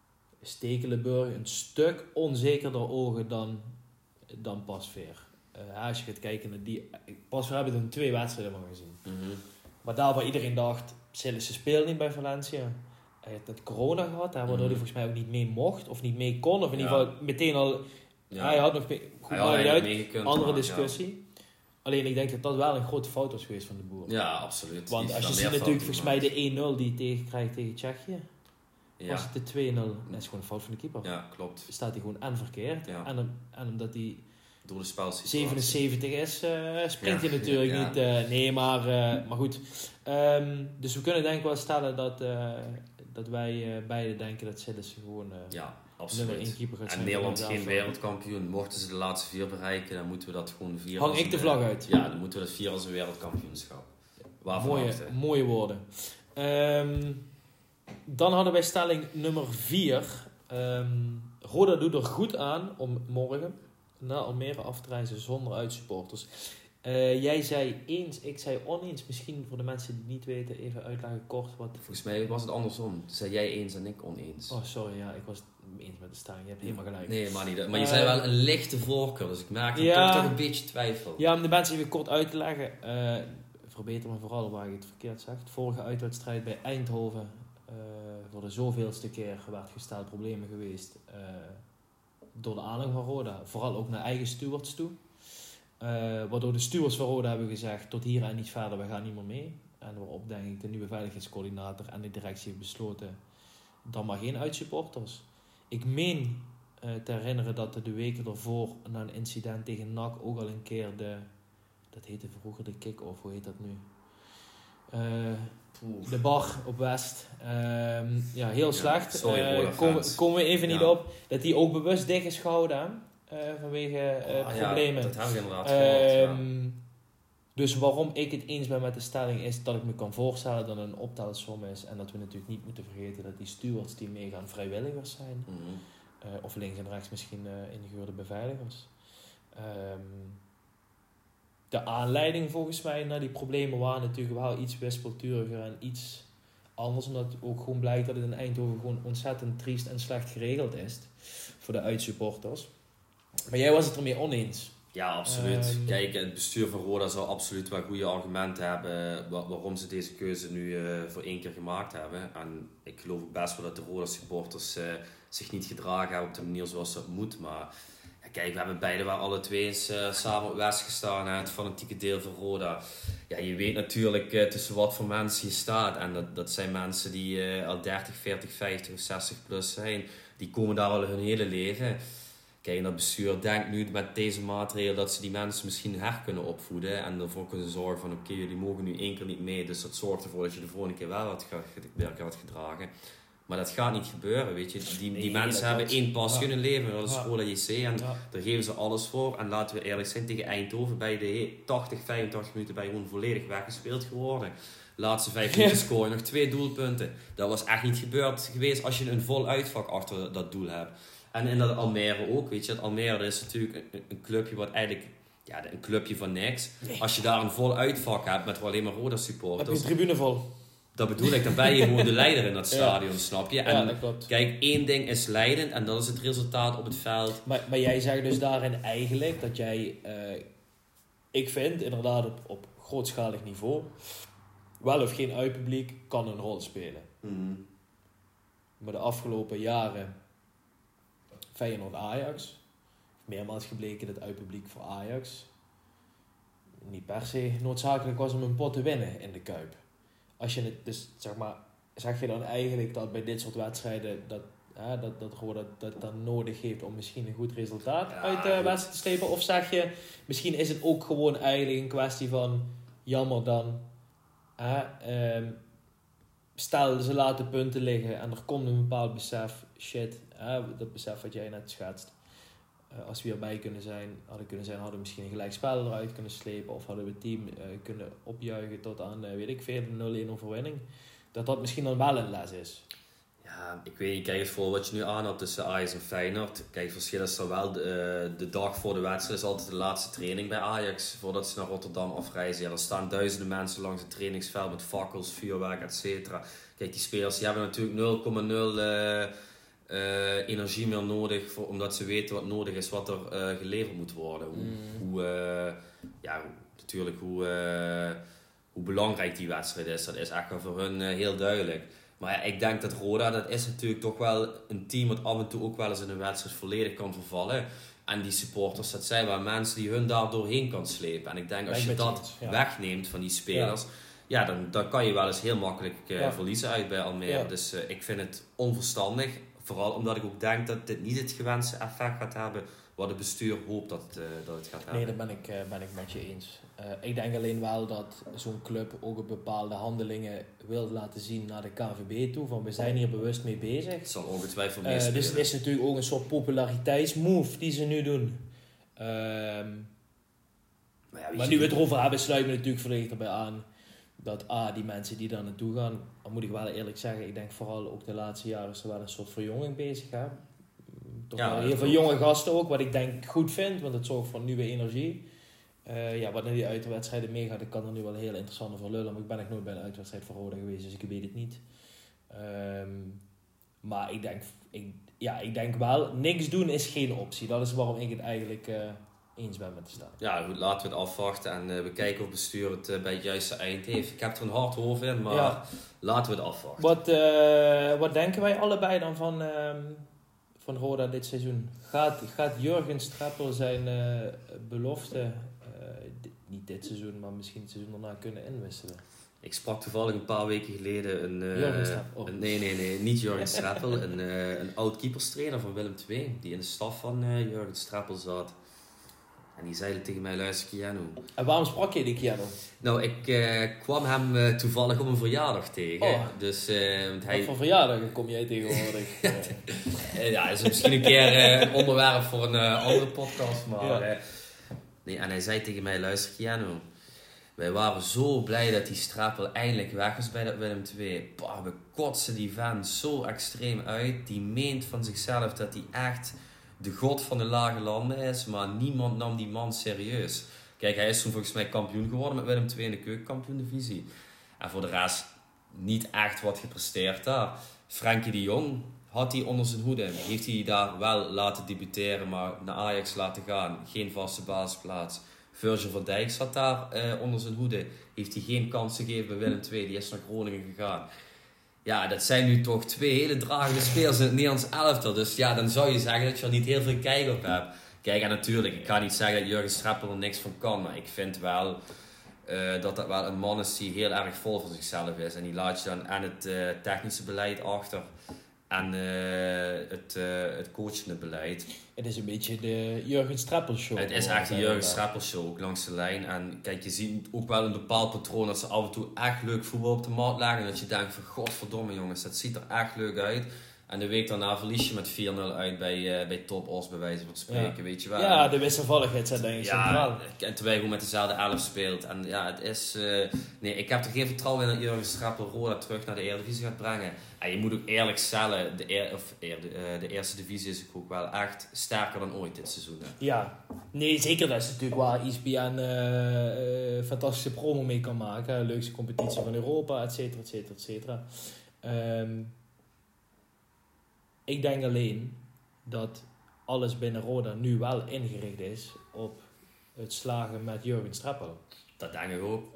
Stekelenburg een stuk onzekerder ogen dan Pasveer. Als je gaat kijken naar die... Pasveer hebben we dan 2 wedstrijden maar gezien. Mhm. Maar daar waar iedereen dacht, Sillissen speelt niet bij Valencia. Hij had net corona gehad, waardoor hij volgens mij ook niet mee mocht of niet mee kon. Of in ieder geval meteen al... Ja. Hij had nog mee, goed Hij had maakt niet uit, meegekund, andere maar, discussie. Alleen ik denk dat dat wel een grote fout was geweest van de Boer. Ja, absoluut. Want als je ziet natuurlijk volgens mij de 1-0 die hij krijgt tegen Tsjechië. Ja. Was het de 2-0? Dat is gewoon een fout van de keeper. Ja, klopt. Staat hij gewoon en verkeerd. Ja. En omdat hij Door de spelsituatie. 77 is, springt hij natuurlijk niet. Nee, maar goed. Dus we kunnen denk ik wel stellen dat wij beide denken dat Sillissen gewoon Ja, nummer 1 absoluut. keeper gaat En zijn. Nederland geen wereldkampioen. Mochten ze de laatste 4 bereiken, dan moeten we dat gewoon vieren. Hang als ik de een, vlag uit. Ja, dan moeten we dat vieren als een wereldkampioenschap. Waarvan Mooie woorden. Dan hadden wij stelling nummer 4. Roda doet er goed aan om morgen naar Almere af te reizen zonder uitsupporters. Jij zei eens, ik zei oneens. Misschien voor de mensen die het niet weten, even uitleggen kort wat... Volgens mij was het andersom. Toen zei jij eens en ik oneens. Oh, sorry, ja, ik was het eens met de stelling. Je hebt helemaal gelijk. Nee, maar niet. Maar je zei wel een lichte voorkeur, dus ik merkte toch een beetje twijfel. Ja, om de mensen even kort uit te leggen. Verbeter me vooral waar je het verkeerd zegt. Vorige uitwedstrijd bij Eindhoven. Voor de zoveelste keer werd gesteld problemen geweest door de aanhang van Roda. Vooral ook naar eigen stewards toe. Waardoor de stewards van Roda hebben gezegd, tot hier en niet verder, we gaan niet meer mee. En waarop denk ik de nieuwe veiligheidscoördinator en de directie heeft besloten, dan maar geen uitsupporters. Ik meen te herinneren dat de weken ervoor, na een incident tegen NAC, ook al een keer dat heette vroeger de kick-off, hoe heet dat nu? De bar op West. Ja, heel slecht. Sorry, komen we even niet op. Dat die ook bewust dicht is gehouden vanwege problemen. Ja, dat hebben we inderdaad gehoord. Dus waarom ik het eens ben met de stelling is dat ik me kan voorstellen dat het een optelsom is. En dat we natuurlijk niet moeten vergeten dat die stewards die meegaan vrijwilligers zijn. Mhm. Of links en rechts misschien ingehuurde beveiligers. De aanleiding volgens mij naar die problemen waren natuurlijk wel iets wispelturiger en iets anders. Omdat ook gewoon blijkt dat het in Eindhoven gewoon ontzettend triest en slecht geregeld is. Voor de uitsupporters. Maar jij was het ermee oneens. Ja, absoluut. Kijk, het bestuur van Roda zou absoluut wel goede argumenten hebben waarom ze deze keuze nu voor 1 keer gemaakt hebben. En ik geloof ook best wel dat de Roda supporters zich niet gedragen hebben op de manier zoals dat moet. Maar ja, kijk, we hebben beide wel alle twee eens samen op West gestaan, het fanatieke deel van Roda. Ja, je weet natuurlijk tussen wat voor mensen je staat. En dat zijn mensen die al 30, 40, 50 of 60 plus zijn. Die komen daar al hun hele leven. Kijk, en dat bestuur denkt nu met deze maatregelen dat ze die mensen misschien kunnen opvoeden. En ervoor kunnen zorgen van oké, jullie mogen nu 1 keer niet mee. Dus dat zorgt ervoor dat je de volgende keer wel wat gaat gedragen. Maar dat gaat niet gebeuren, weet je. Die mensen hebben 1 passie in hun leven. Dat is Roda JC. En daar geven ze alles voor. En laten we eerlijk zijn, tegen Eindhoven bij de 80, 85 minuten bij gewoon volledig weggespeeld geworden. Laatste 5 minuten scoren, nog 2 doelpunten. Dat was echt niet gebeurd geweest als je een vol uitvak achter dat doel hebt. En in dat Almere ook, weet je. Dat Almere is natuurlijk een clubje wat eigenlijk... Ja, een clubje van niks. Nee. Als je daar een vol uitvak hebt met alleen maar Roda supporters... Heb je een tribune vol? Dat bedoel ik, dan ben je gewoon de leider in dat stadion, snap je? En dat klopt. Kijk, 1 ding is leidend en dat is het resultaat op het veld. Maar jij zegt dus daarin eigenlijk dat jij... ik vind inderdaad op grootschalig niveau... wel of geen uitpubliek kan een rol spelen. Mm. Maar de afgelopen jaren... Feyenoord-Ajax. Meermaals gebleken dat uitpubliek voor Ajax niet per se noodzakelijk was om een pot te winnen in de Kuip. Als je het dus, zeg maar, zeg je dan eigenlijk dat bij dit soort wedstrijden dat Roda dat dan nodig heeft om misschien een goed resultaat uit de wedstrijd te slepen? Of zeg je, misschien is het ook gewoon eigenlijk een kwestie van jammer dan. Stel, ze laten punten liggen en er komt een bepaald besef, dat besef wat jij net schetst. Als we hierbij hadden we misschien een gelijkspel eruit kunnen slepen of hadden we het team kunnen opjuichen tot aan, weet ik veel, een 0-1 overwinning. Dat misschien dan wel een les is. Ja, ik weet niet, kijk eens voor wat je nu aanhaalt tussen Ajax en Feyenoord. Kijk, het verschil is dan wel, de dag voor de wedstrijd is altijd de laatste training bij Ajax, voordat ze naar Rotterdam afreizen. Ja, er staan duizenden mensen langs het trainingsveld met fakkels, vuurwerk, etc. Kijk, die spelers die hebben natuurlijk 0,0 energie meer nodig, omdat ze weten wat nodig is, wat er geleverd moet worden. Hoe belangrijk die wedstrijd is, dat is echt wel voor hun heel duidelijk. Maar ja, ik denk dat Roda, dat is natuurlijk toch wel een team wat af en toe ook wel eens in een wedstrijd volledig kan vervallen. En die supporters, dat zijn wel mensen die hun daar doorheen kan slepen. En ik denk, als je dat wegneemt van die spelers, dan kan je wel eens heel makkelijk verliezen uit bij Almere. Ja. Dus ik vind het onverstandig. Vooral omdat ik ook denk dat dit niet het gewenste effect gaat hebben wat het bestuur hoopt dat het gaat hebben. Nee, dat ben ik met je eens. Ik denk alleen wel dat zo'n club ook op bepaalde handelingen wil laten zien naar de KNVB toe. Van we zijn hier bewust mee bezig. Het zal ongetwijfeld meespelen. Dus het is natuurlijk ook een soort populariteitsmove die ze nu doen. Maar nu we het erover hebben, sluit me natuurlijk volledig erbij aan. Dat die mensen die daar naartoe gaan, dan moet ik wel eerlijk zeggen, ik denk vooral ook de laatste jaren is er wel een soort verjonging bezig. Hè? Toch wel heel veel jonge gasten ook, wat ik denk goed vind, want het zorgt voor nieuwe energie. Wat naar die uitwedstrijden meegaat, ik kan er nu wel heel interessant over lullen, maar ik ben nog nooit bij een uitwedstrijd voor Roda geweest, dus ik weet het niet. Maar ik denk wel, niks doen is geen optie. Dat is waarom ik het eigenlijk eens ben met de staat. Ja, goed, laten we het afwachten en we kijken of het bestuur het bij het juiste eind heeft. Ik heb er een hard hoofd in, maar laten we het afwachten. Wat denken wij allebei dan van Roda dit seizoen? Gaat Jurgen Streppel zijn belofte, niet dit seizoen, maar misschien het seizoen daarna kunnen inwisselen? Ik sprak toevallig een paar weken geleden Jurgen Streppel. Nee, niet Jurgen Streppel. een oud keeperstrainer van Willem II, die in de staf van Jurgen Streppel zat. En die zei tegen mij, luister Keanu. En waarom sprak je die Keanu? Nou, ik kwam hem toevallig op een verjaardag tegen. Oh. Dus, wat voor verjaardag kom jij tegenwoordig? Ja, dat is misschien een keer een onderwerp voor een andere podcast. Maar, en hij zei tegen mij, luister Keanu. Wij waren zo blij dat die Streppel eindelijk weg was bij dat Willem II. We kotsen die vent zo extreem uit. Die meent van zichzelf dat hij echt de god van de lage landen is, maar niemand nam die man serieus. Kijk, hij is toen volgens mij kampioen geworden met Willem II in de keukenkampioen-divisie. En voor de rest niet echt wat gepresteerd daar. Frenkie de Jong had hij onder zijn hoede. Heeft hij daar wel laten debuteren, maar naar Ajax laten gaan. Geen vaste basisplaats. Virgil van Dijk zat daar onder zijn hoede. Heeft hij geen kans gegeven bij Willem II. Die is naar Groningen gegaan. Ja, dat zijn nu toch 2 hele dragende spelers in het Nederlands elftal. Dus ja, dan zou je zeggen dat je er niet heel veel kijk op hebt. Kijk, en natuurlijk, ik ga niet zeggen dat Jurgen Streppel er niks van kan. Maar ik vind wel dat dat wel een man is die heel erg vol van zichzelf is. En die laat je dan aan het technische beleid achter. En het coachende beleid. Het is een beetje de Jurgen Streppel show. Het is echt de Jurgen Streppel show, ook langs de lijn. En kijk, je ziet ook wel een bepaald patroon dat ze af en toe echt leuk voetbal op de mat leggen. En dat je denkt van godverdomme jongens, dat ziet er echt leuk uit. En de week daarna verlies je met 4-0 uit bij Top Os, bij wijze van spreken, weet je wel. Ja, de wisselvalligheid zijn denk ik centraal. En terwijl je gewoon met dezelfde 11 speelt. En ja, het is... ik heb er geen vertrouwen in dat Jurgen Streppel Roda terug naar de Eredivisie gaat brengen. En je moet ook eerlijk stellen, de eerste divisie is ook wel echt sterker dan ooit dit seizoen. Hè. Ja, nee, zeker. Dat is natuurlijk waar ESPN fantastische promo mee kan maken. Leukste competitie van Europa, et cetera, et cetera, et cetera. Ik denk alleen dat alles binnen Roda nu wel ingericht is op het slagen met Jurgen Streppel. Dat denk ik ook.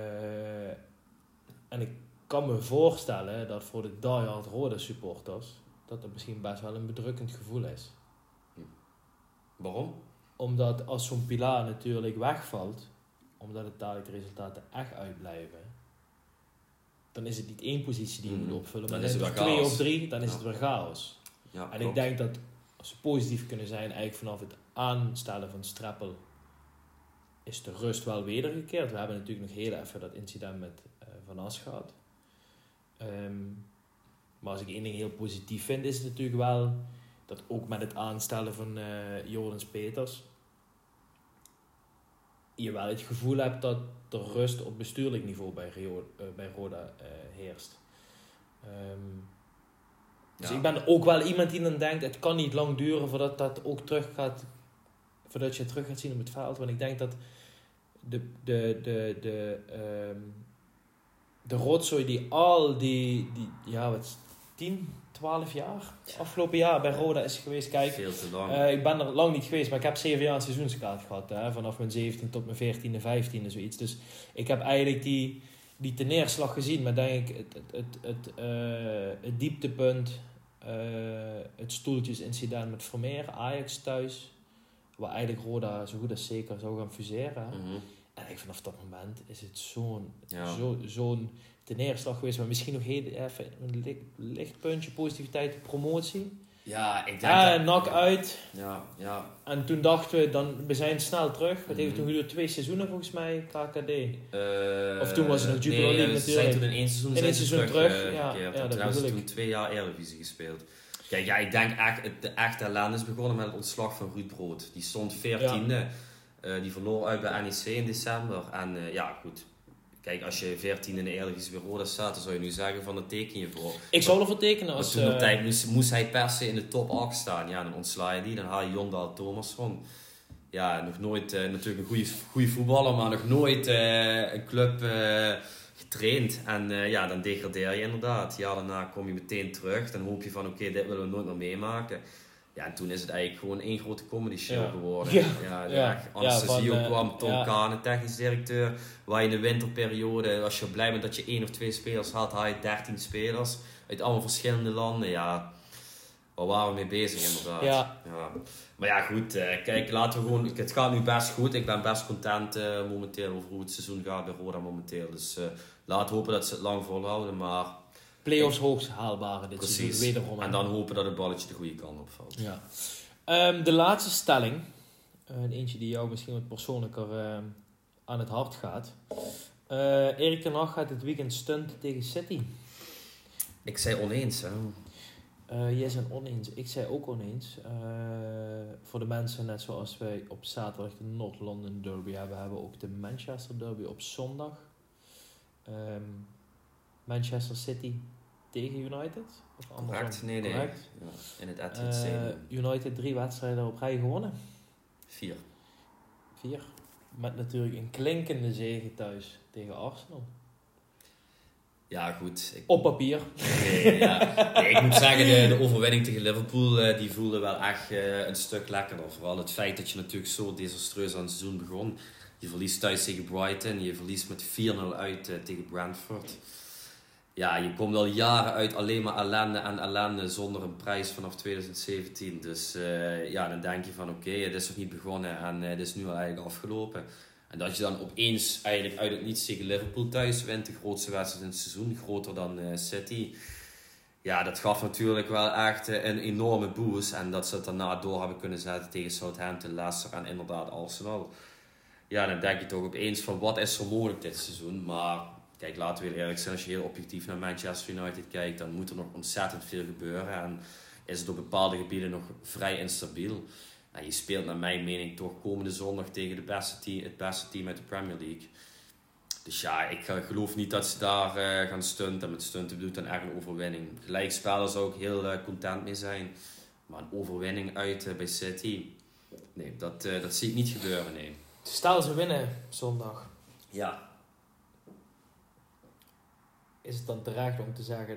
En ik kan me voorstellen dat voor de diehard Roda supporters dat misschien best wel een bedrukkend gevoel is. Waarom? Omdat als zo'n pilaar natuurlijk wegvalt, omdat het dadelijk de resultaten echt uitblijven, dan is het niet 1 positie die je moet opvullen, maar dan is het er 2 of 3, dan is het weer chaos. Ja, en ik denk dat als we positief kunnen zijn, eigenlijk vanaf het aanstellen van Streppel is de rust wel wedergekeerd. We hebben natuurlijk nog heel even dat incident met Van As gehad. Maar als ik 1 ding heel positief vind, is het natuurlijk wel dat ook met het aanstellen van Jordens Peters je wel het gevoel hebt dat de rust op bestuurlijk niveau bij Roda heerst. Dus ik ben ook wel iemand die dan denkt, het kan niet lang duren voordat dat ook voordat je het terug gaat zien op het veld. Want ik denk dat de rotzooi die al die 10, 12 jaar. Afgelopen jaar bij Roda is geweest. Kijk, veel te lang. ik ben er lang niet geweest, maar ik heb 7 jaar een seizoenskaart gehad. Vanaf mijn 17 tot mijn 14e, 15e, zoiets. Dus ik heb eigenlijk die teneerslag gezien. Maar denk ik, het dieptepunt, het stoeltjesincident met Vermeer, Ajax thuis, waar eigenlijk Roda zo goed als zeker zou gaan fuseren. Mm-hmm. En ik vanaf dat moment is het zo'n teneerslag geweest, maar misschien nog heel even een lichtpuntje positiviteit, promotie. Ja, ik denk NAC uit. Ja. En toen dachten we zijn snel terug. Het heeft toen geduurd 2 seizoenen volgens mij, KKD. Of toen was het nog Jupiler League natuurlijk. Ze zijn toen in 1 seizoen terug. Toen hebben ze toen 2 jaar Eredivisie gespeeld. Kijk, ik denk echt, de echte ellende is begonnen met het ontslag van Ruud Brood. Die stond 14e. Die verloor uit bij NEC in december. En goed. Kijk, als je 14 in de Eredivisie bij Roda staat, dan zou je nu zeggen van dat teken je voor. Ik zou ervoor tekenen als... Maar toen op tijd moest hij per se in de top 8 staan. Ja, dan ontsla je die. Dan haal je Jondal Thomasson. Ja, nog nooit natuurlijk een goede voetballer, maar nog nooit een club getraind. En dan degradeer je inderdaad. Ja, daarna kom je meteen terug. Dan hoop je van oké, dit willen we nooit meer meemaken. Ja, en toen is het eigenlijk gewoon één grote comedy show geworden. Anastasio kwam, Tom Kane, technisch directeur. Waar je in de winterperiode, als je blij bent dat je 1 of 2 spelers had, haal je 13 spelers. Uit allemaal verschillende landen. Ja, waar waren we mee bezig inderdaad. Ja. Maar ja, goed. Kijk, laten we gewoon... Het gaat nu best goed. Ik ben best content momenteel over hoe het seizoen gaat bij Roda momenteel. Dus laten we hopen dat ze het lang volhouden, maar... Play-offs hoogst haalbare dit seizoen, wederom. En dan hopen dat het balletje de goede kant opvalt. Ja. De laatste stelling. Eentje die jou misschien wat persoonlijker aan het hart gaat. Erik ten Hag gaat dit weekend stunt tegen City. Ik zei oneens, hè. Jij zei oneens. Ik zei ook oneens. Voor de mensen, net zoals wij op zaterdag de North London Derby hebben we ook de Manchester Derby op zondag. Manchester City tegen United? Of correct, nee. Correct. Ja, in het Etihad Stadium. United 3 wedstrijden op rij gewonnen. 4. Met natuurlijk een klinkende zege thuis tegen Arsenal. Ja, goed. Op papier. Nee, ik moet zeggen, de overwinning tegen Liverpool, die voelde wel echt een stuk lekkerder. Vooral het feit dat je natuurlijk zo desastreus aan het seizoen begon. Je verliest thuis tegen Brighton, je verliest met 4-0 uit tegen Brentford. Ja, je komt al jaren uit alleen maar ellende zonder een prijs vanaf 2017. Dus dan denk je van oké, het is nog niet begonnen en het is nu al eigenlijk afgelopen. En dat je dan opeens eigenlijk uit het niets tegen Liverpool thuis wint, de grootste wedstrijd in het seizoen, groter dan City. Ja, dat gaf natuurlijk wel echt een enorme boost. En dat ze het daarna door hebben kunnen zetten tegen Southampton, Leicester en inderdaad Arsenal. Ja, dan denk je toch opeens van wat is er mogelijk dit seizoen. Maar kijk, laten we heel eerlijk zijn, als je heel objectief naar Manchester United kijkt, dan moet er nog ontzettend veel gebeuren. En is het op bepaalde gebieden nog vrij instabiel. En je speelt naar mijn mening toch komende zondag tegen het beste team uit de Premier League. Dus ja, ik geloof niet dat ze daar gaan stunten. Met stunten bedoelt dan echt een overwinning. Gelijkspel zou ik heel content mee zijn. Maar een overwinning uit bij City, nee, dat zie ik niet gebeuren, nee. Stel ze winnen zondag. Ja. Is het dan terecht om te zeggen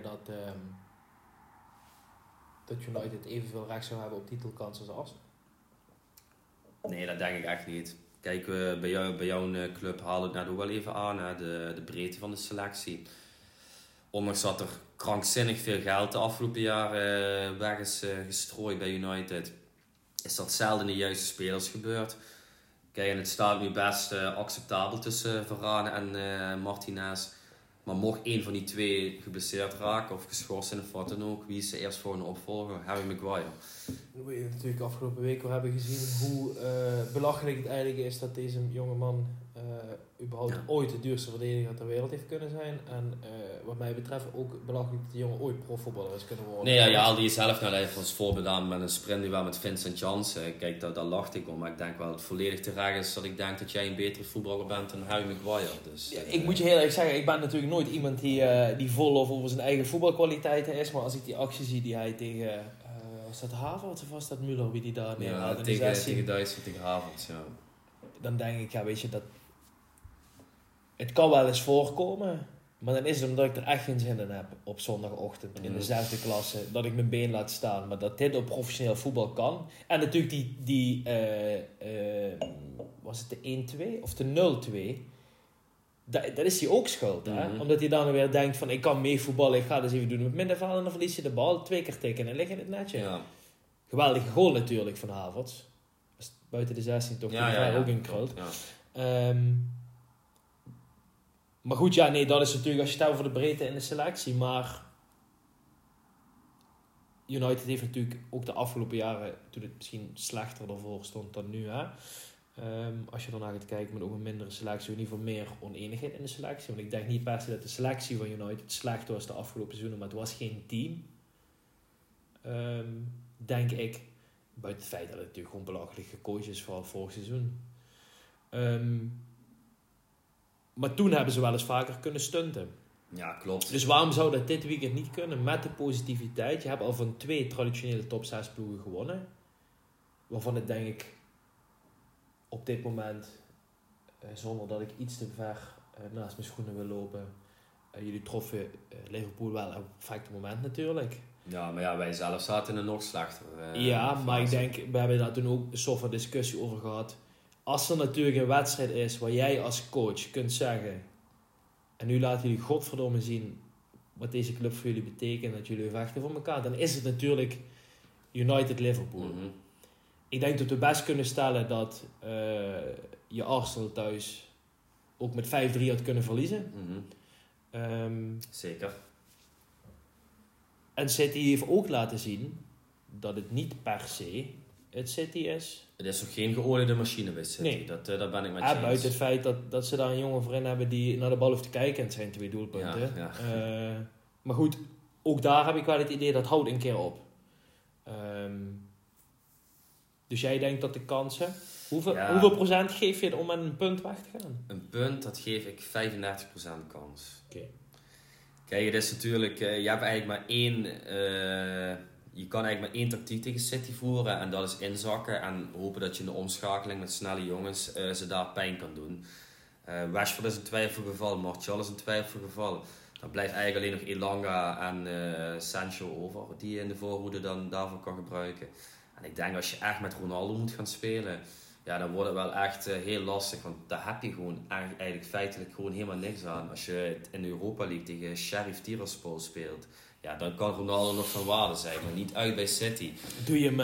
dat United evenveel recht zou hebben op titelkans als Arsenal? Nee, dat denk ik echt niet. Kijk, bij jouw club haalde het net ook wel even aan, hè, de breedte van de selectie. Ondanks dat er krankzinnig veel geld de afgelopen jaren weg is gestrooid bij United, is dat zelden de juiste spelers gebeurd. Kijk, en het staat nu best acceptabel tussen Varane en Martinez. Maar mocht één van die twee geblesseerd raken of geschorst zijn of wat dan ook, wie is de eerstvolgende opvolger? Harry Maguire. We natuurlijk afgelopen week al hebben gezien hoe belachelijk het eigenlijk is dat deze jonge man überhaupt ooit de duurste verdediger ter wereld heeft kunnen zijn. En wat mij betreft ook belachelijk dat de jongen ooit profvoetballer is kunnen worden. Nee, ja, die is zelf nou even als voorbeeld aan met een sprintduel met Vincent Janssen. Kijk, daar lachte ik om. Maar ik denk wel dat het volledig terecht is dat ik denk dat jij een betere voetballer bent dan Harry Maguire. Dus, ik moet je heel eerlijk zeggen, ik ben natuurlijk nooit iemand die vol over zijn eigen voetbalkwaliteiten is. Maar als ik die actie zie die hij tegen... was dat Havertz of was dat Müller wie die daar neerhaalde? Tegen Duitsland, tegen Havertz, ja. Dan denk ik, ja, weet je, dat... Het kan wel eens voorkomen. Maar dan is het omdat ik er echt geen zin in heb op zondagochtend in de 6e klasse. Dat ik mijn been laat staan. Maar dat dit op professioneel voetbal kan. En natuurlijk was het de 1-2 of de 0-2? Dat is hij ook schuld, hè? Omdat hij dan weer denkt van ik kan mee voetballen, ik ga dus even doen met middenveld en dan verlies je de bal 2 keer tikken en lig in het netje. Ja. Geweldige goal natuurlijk van Havertz. Buiten de 16 toch ook in krult. Ja. Maar goed, ja, nee, dat is natuurlijk als je het voor de breedte in de selectie. Maar United heeft natuurlijk ook de afgelopen jaren, toen het misschien slechter ervoor stond dan nu, hè. Als je daarna gaat kijken met ook een mindere selectie, in ieder geval meer oneenigheid in de selectie. Want ik denk niet per se dat de selectie van United slecht was de afgelopen seizoenen, maar het was geen team. Denk ik. Buiten het feit dat het natuurlijk gewoon belachelijk gecoacht is, vooral vorig seizoen. Maar toen hebben ze wel eens vaker kunnen stunten. Ja, klopt. Dus waarom zou dat dit weekend niet kunnen? Met de positiviteit. Je hebt al van 2 traditionele top 6 ploegen gewonnen. Waarvan het denk ik op dit moment, zonder dat ik iets te ver naast mijn schoenen wil lopen, jullie troffen Liverpool wel op het perfecte moment natuurlijk. Ja, maar ja, wij zelf zaten in een nog slechter maar ik denk, we hebben daar toen ook een soort van discussie over gehad. Als er natuurlijk een wedstrijd is waar jij als coach kunt zeggen, en nu laten jullie godverdomme zien wat deze club voor jullie betekent, dat jullie vechten voor elkaar, dan is het natuurlijk United-Liverpool. Ik denk dat we best kunnen stellen dat je Arsenal thuis ook met 5-3 had kunnen verliezen. Zeker. En City heeft ook laten zien dat het niet per se het City is. Het is nog geen geoliede machine bij City. Nee. Dat ben ik met je eens. Buiten het feit dat ze daar een jongen voor in hebben die naar de bal hoeft te kijken. En het zijn 2 doelpunten. Ja. Maar goed, ook daar heb ik wel het idee dat houdt een keer op. Dus jij denkt dat de kansen... Hoeveel procent geef je om met een punt weg te gaan? Een punt, dat geef ik 35% kans. Okay. Kijk, het is natuurlijk... je hebt eigenlijk maar één... je kan eigenlijk maar 1 tactiek tegen City voeren. En dat is inzakken. En hopen dat je in de omschakeling met snelle jongens ze daar pijn kan doen. Rashford is een twijfelgeval. Martial is een twijfelgeval. Dan blijft eigenlijk alleen nog Elanga en Sancho over. Die je in de voorhoede dan daarvoor kan gebruiken. En ik denk als je echt met Ronaldo moet gaan spelen, ja, dan wordt het wel echt heel lastig. Want daar heb je gewoon eigenlijk feitelijk gewoon helemaal niks aan. Als je in de Europa League tegen Sheriff Tiraspol speelt, ja, dan kan Ronaldo nog van waarde zijn, maar niet uit bij City. Doe je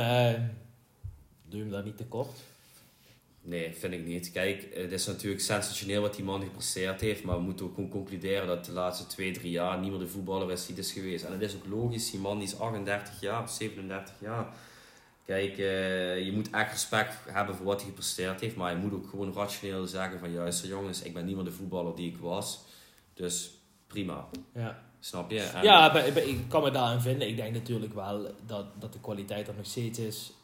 hem daar niet tekort? Nee, vind ik niet. Kijk, het is natuurlijk sensationeel wat die man gepresteerd heeft, maar we moeten ook gewoon concluderen dat de laatste 2-3 jaar niet meer de voetballer is die het is geweest. En het is ook logisch, die man die is 38 jaar of 37 jaar. Kijk, je moet echt respect hebben voor wat hij gepresteerd heeft, maar je moet ook gewoon rationeel zeggen van juist, jongens, ik ben niet meer de voetballer die ik was. Dus prima. Ja. Snap je? En ja, ik kan me daarin vinden. Ik denk natuurlijk wel dat de kwaliteit er nog steeds is.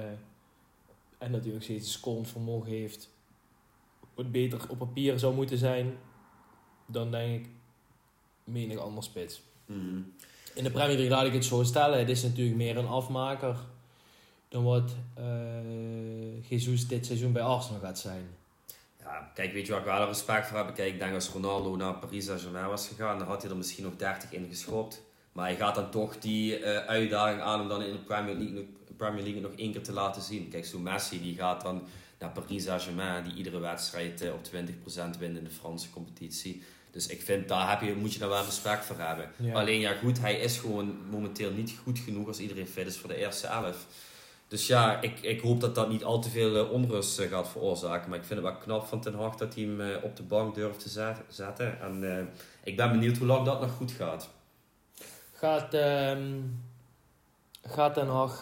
En dat hij nog steeds een scorend vermogen heeft. Wat beter op papier zou moeten zijn dan denk ik menig ander spits. In de Premier League laat ik het zo stellen. Het is natuurlijk meer een afmaker dan wat Jesus dit seizoen bij Arsenal gaat zijn. Ja, kijk, weet je waar ik wel respect voor heb? Kijk, ik denk als Ronaldo naar Paris Saint-Germain was gegaan, dan had hij er misschien nog 30 in geschopt. Maar hij gaat dan toch die uitdaging aan om dan in de Premier League nog 1 keer te laten zien. Kijk, zo Messi die gaat dan naar Paris Saint-Germain, die iedere wedstrijd op 20% wint in de Franse competitie. Dus ik vind, daar moet je dan wel respect voor hebben. Ja. Alleen ja goed, hij is gewoon momenteel niet goed genoeg als iedereen fit is voor de eerste 11. Dus ja, ik hoop dat dat niet al te veel onrust gaat veroorzaken. Maar ik vind het wel knap van Ten Hag dat hij hem op de bank durft te zetten. En ik ben benieuwd hoe lang dat nog goed gaat. Gaat Ten Hag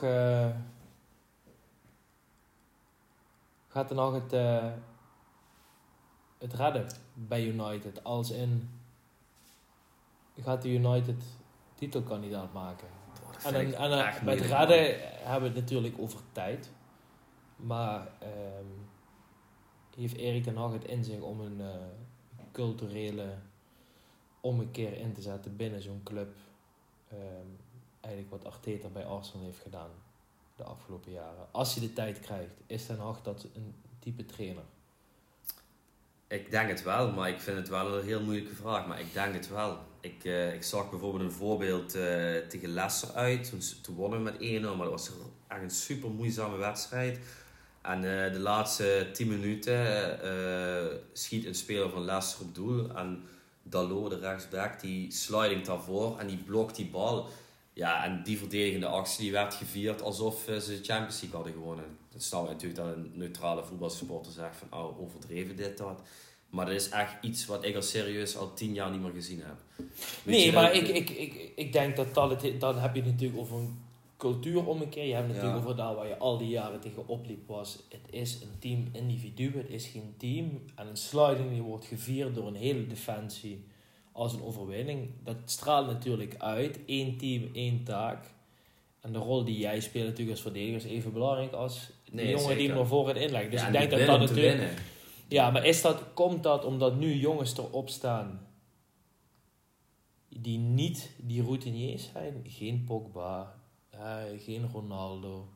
het redden bij United? Als in, gaat de United titelkandidaat maken? En met redden hebben we het natuurlijk over tijd. Maar heeft Erik ten Hag het in zich om een culturele ommekeer in te zetten binnen zo'n club? Eigenlijk wat Arteta bij Arsenal heeft gedaan de afgelopen jaren. Als hij de tijd krijgt, is Ten Hag dat een type trainer? Ik denk het wel, maar ik vind het wel een heel moeilijke vraag. Maar ik denk het wel. Ik zag bijvoorbeeld een voorbeeld tegen Leicester uit. Toen wonnen we met 1-0, maar dat was echt een super moeizame wedstrijd. En de laatste 10 minuten schiet een speler van Leicester op doel. En Dalot, de rechtsback, die sliding daarvoor en die blokt die bal. Ja, en die verdedigende actie die werd gevierd alsof ze de Champions League hadden gewonnen. Dat snap je natuurlijk dat een neutrale voetbalsupporter zegt van overdreven dit, dat. Maar dat is echt iets wat ik al serieus al 10 jaar niet meer gezien heb. Nee, maar ik denk dan heb je natuurlijk over een cultuurommekeer. Je hebt natuurlijk over daar waar je al die jaren tegen opliep was. Het is een team individu, het is geen team. En een sliding die wordt gevierd door een hele defensie als een overwinning. Dat straalt natuurlijk uit. 1 team, 1 taak. En de rol die jij speelt natuurlijk als verdediger is even belangrijk als de jongen die hem naar voren inlegt. Dus ik denk dat dat natuurlijk... Winnen. Ja, maar komt dat omdat nu jongens erop staan die niet die routiniers zijn? Geen Pogba, geen Ronaldo,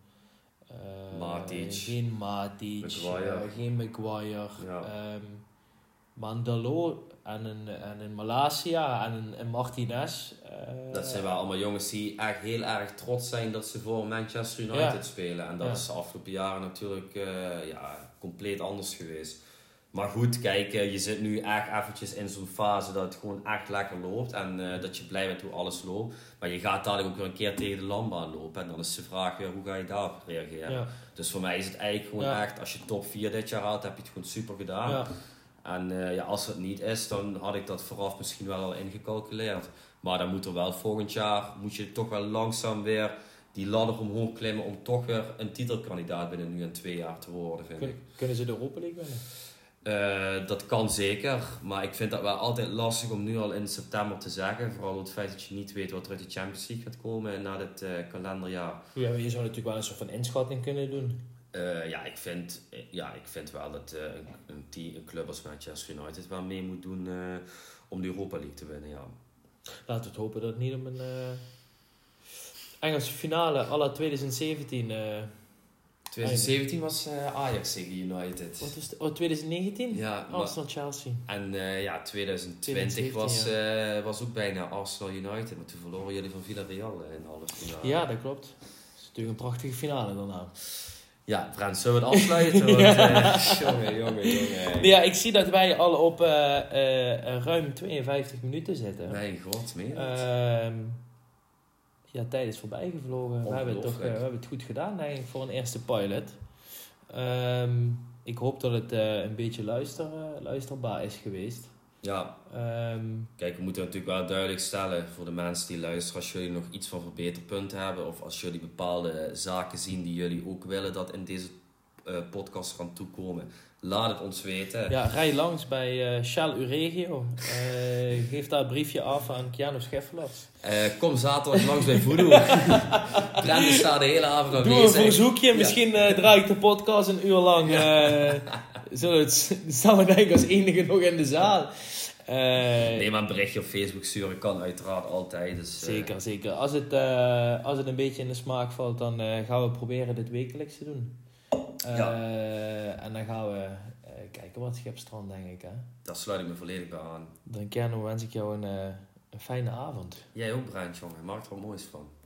geen Matic, geen Maguire. Ja. Maar een Dalot en een Malacia en een Martinez. Dat zijn wel allemaal jongens die echt heel erg trots zijn dat ze voor Manchester United spelen. En dat is de afgelopen jaren natuurlijk compleet anders geweest. Maar goed, kijk, je zit nu echt eventjes in zo'n fase dat het gewoon echt lekker loopt. En dat je blij bent hoe alles loopt. Maar je gaat dadelijk ook weer een keer tegen de landbaan lopen. En dan is de vraag weer, hoe ga je daarop reageren? Ja. Dus voor mij is het eigenlijk gewoon echt, als je top 4 dit jaar haalt, heb je het gewoon super gedaan. Ja. En als het niet is, dan had ik dat vooraf misschien wel al ingecalculeerd. Maar dan moet er wel volgend jaar, moet je toch wel langzaam weer die ladder omhoog klimmen om toch weer een titelkandidaat binnen nu en 2 jaar te worden, vind ik. Kunnen ze de Europa League winnen? Dat kan zeker, maar ik vind dat wel altijd lastig om nu al in september te zeggen. Vooral door het feit dat je niet weet wat er uit de Champions League gaat komen na dit kalenderjaar. Ja, maar je zou natuurlijk wel een soort van inschatting kunnen doen. Ik vind wel dat een club als Manchester United wel mee moet doen om de Europa League te winnen. Ja. Laten we het hopen dat het niet om een Engelse finale à la 2017... 2017 was Ajax tegen United. Wat is het? 2019? Ja, Arsenal-Chelsea. En 2020 was ook bijna Arsenal-United. Maar toen verloren jullie van Villarreal in de halve finale. Ja, dat klopt. Dat is natuurlijk een prachtige finale daarna. Ja, Frans, zullen we het afsluiten? Jongen. Ja, ik zie dat wij al op ruim 52 minuten zitten. Mijn god, meer. Ja, tijd is voorbij gevlogen. We hebben het goed gedaan, denk ik, voor een eerste pilot. Ik hoop dat het een beetje luisterbaar is geweest. Ja. Kijk, we moeten natuurlijk wel duidelijk stellen voor de mensen die luisteren. Als jullie nog iets van verbeterpunten hebben, of als jullie bepaalde zaken zien die jullie ook willen dat in deze podcast gaan toekomen, laat het ons weten. Ja, rij langs bij Shell Uregio. Geef daar een briefje af aan Keanu Scheffelers. Kom zaterdag langs bij Voodoo. Brenda staat de hele avond aanwezig. Doe een verzoekje. Misschien draai ik de podcast een uur lang. Staan we denk ik als enige nog in de zaal. Nee, maar een berichtje op Facebook sturen kan uiteraard altijd. Dus, Zeker. Als het een beetje in de smaak valt, dan gaan we proberen dit wekelijks te doen. En dan gaan we kijken wat Schipstrand, denk ik. Hè? Daar sluit ik me volledig bij aan. Dan wens ik jou een fijne avond. Jij ook, Brent, jongen. Maak er wat moois van.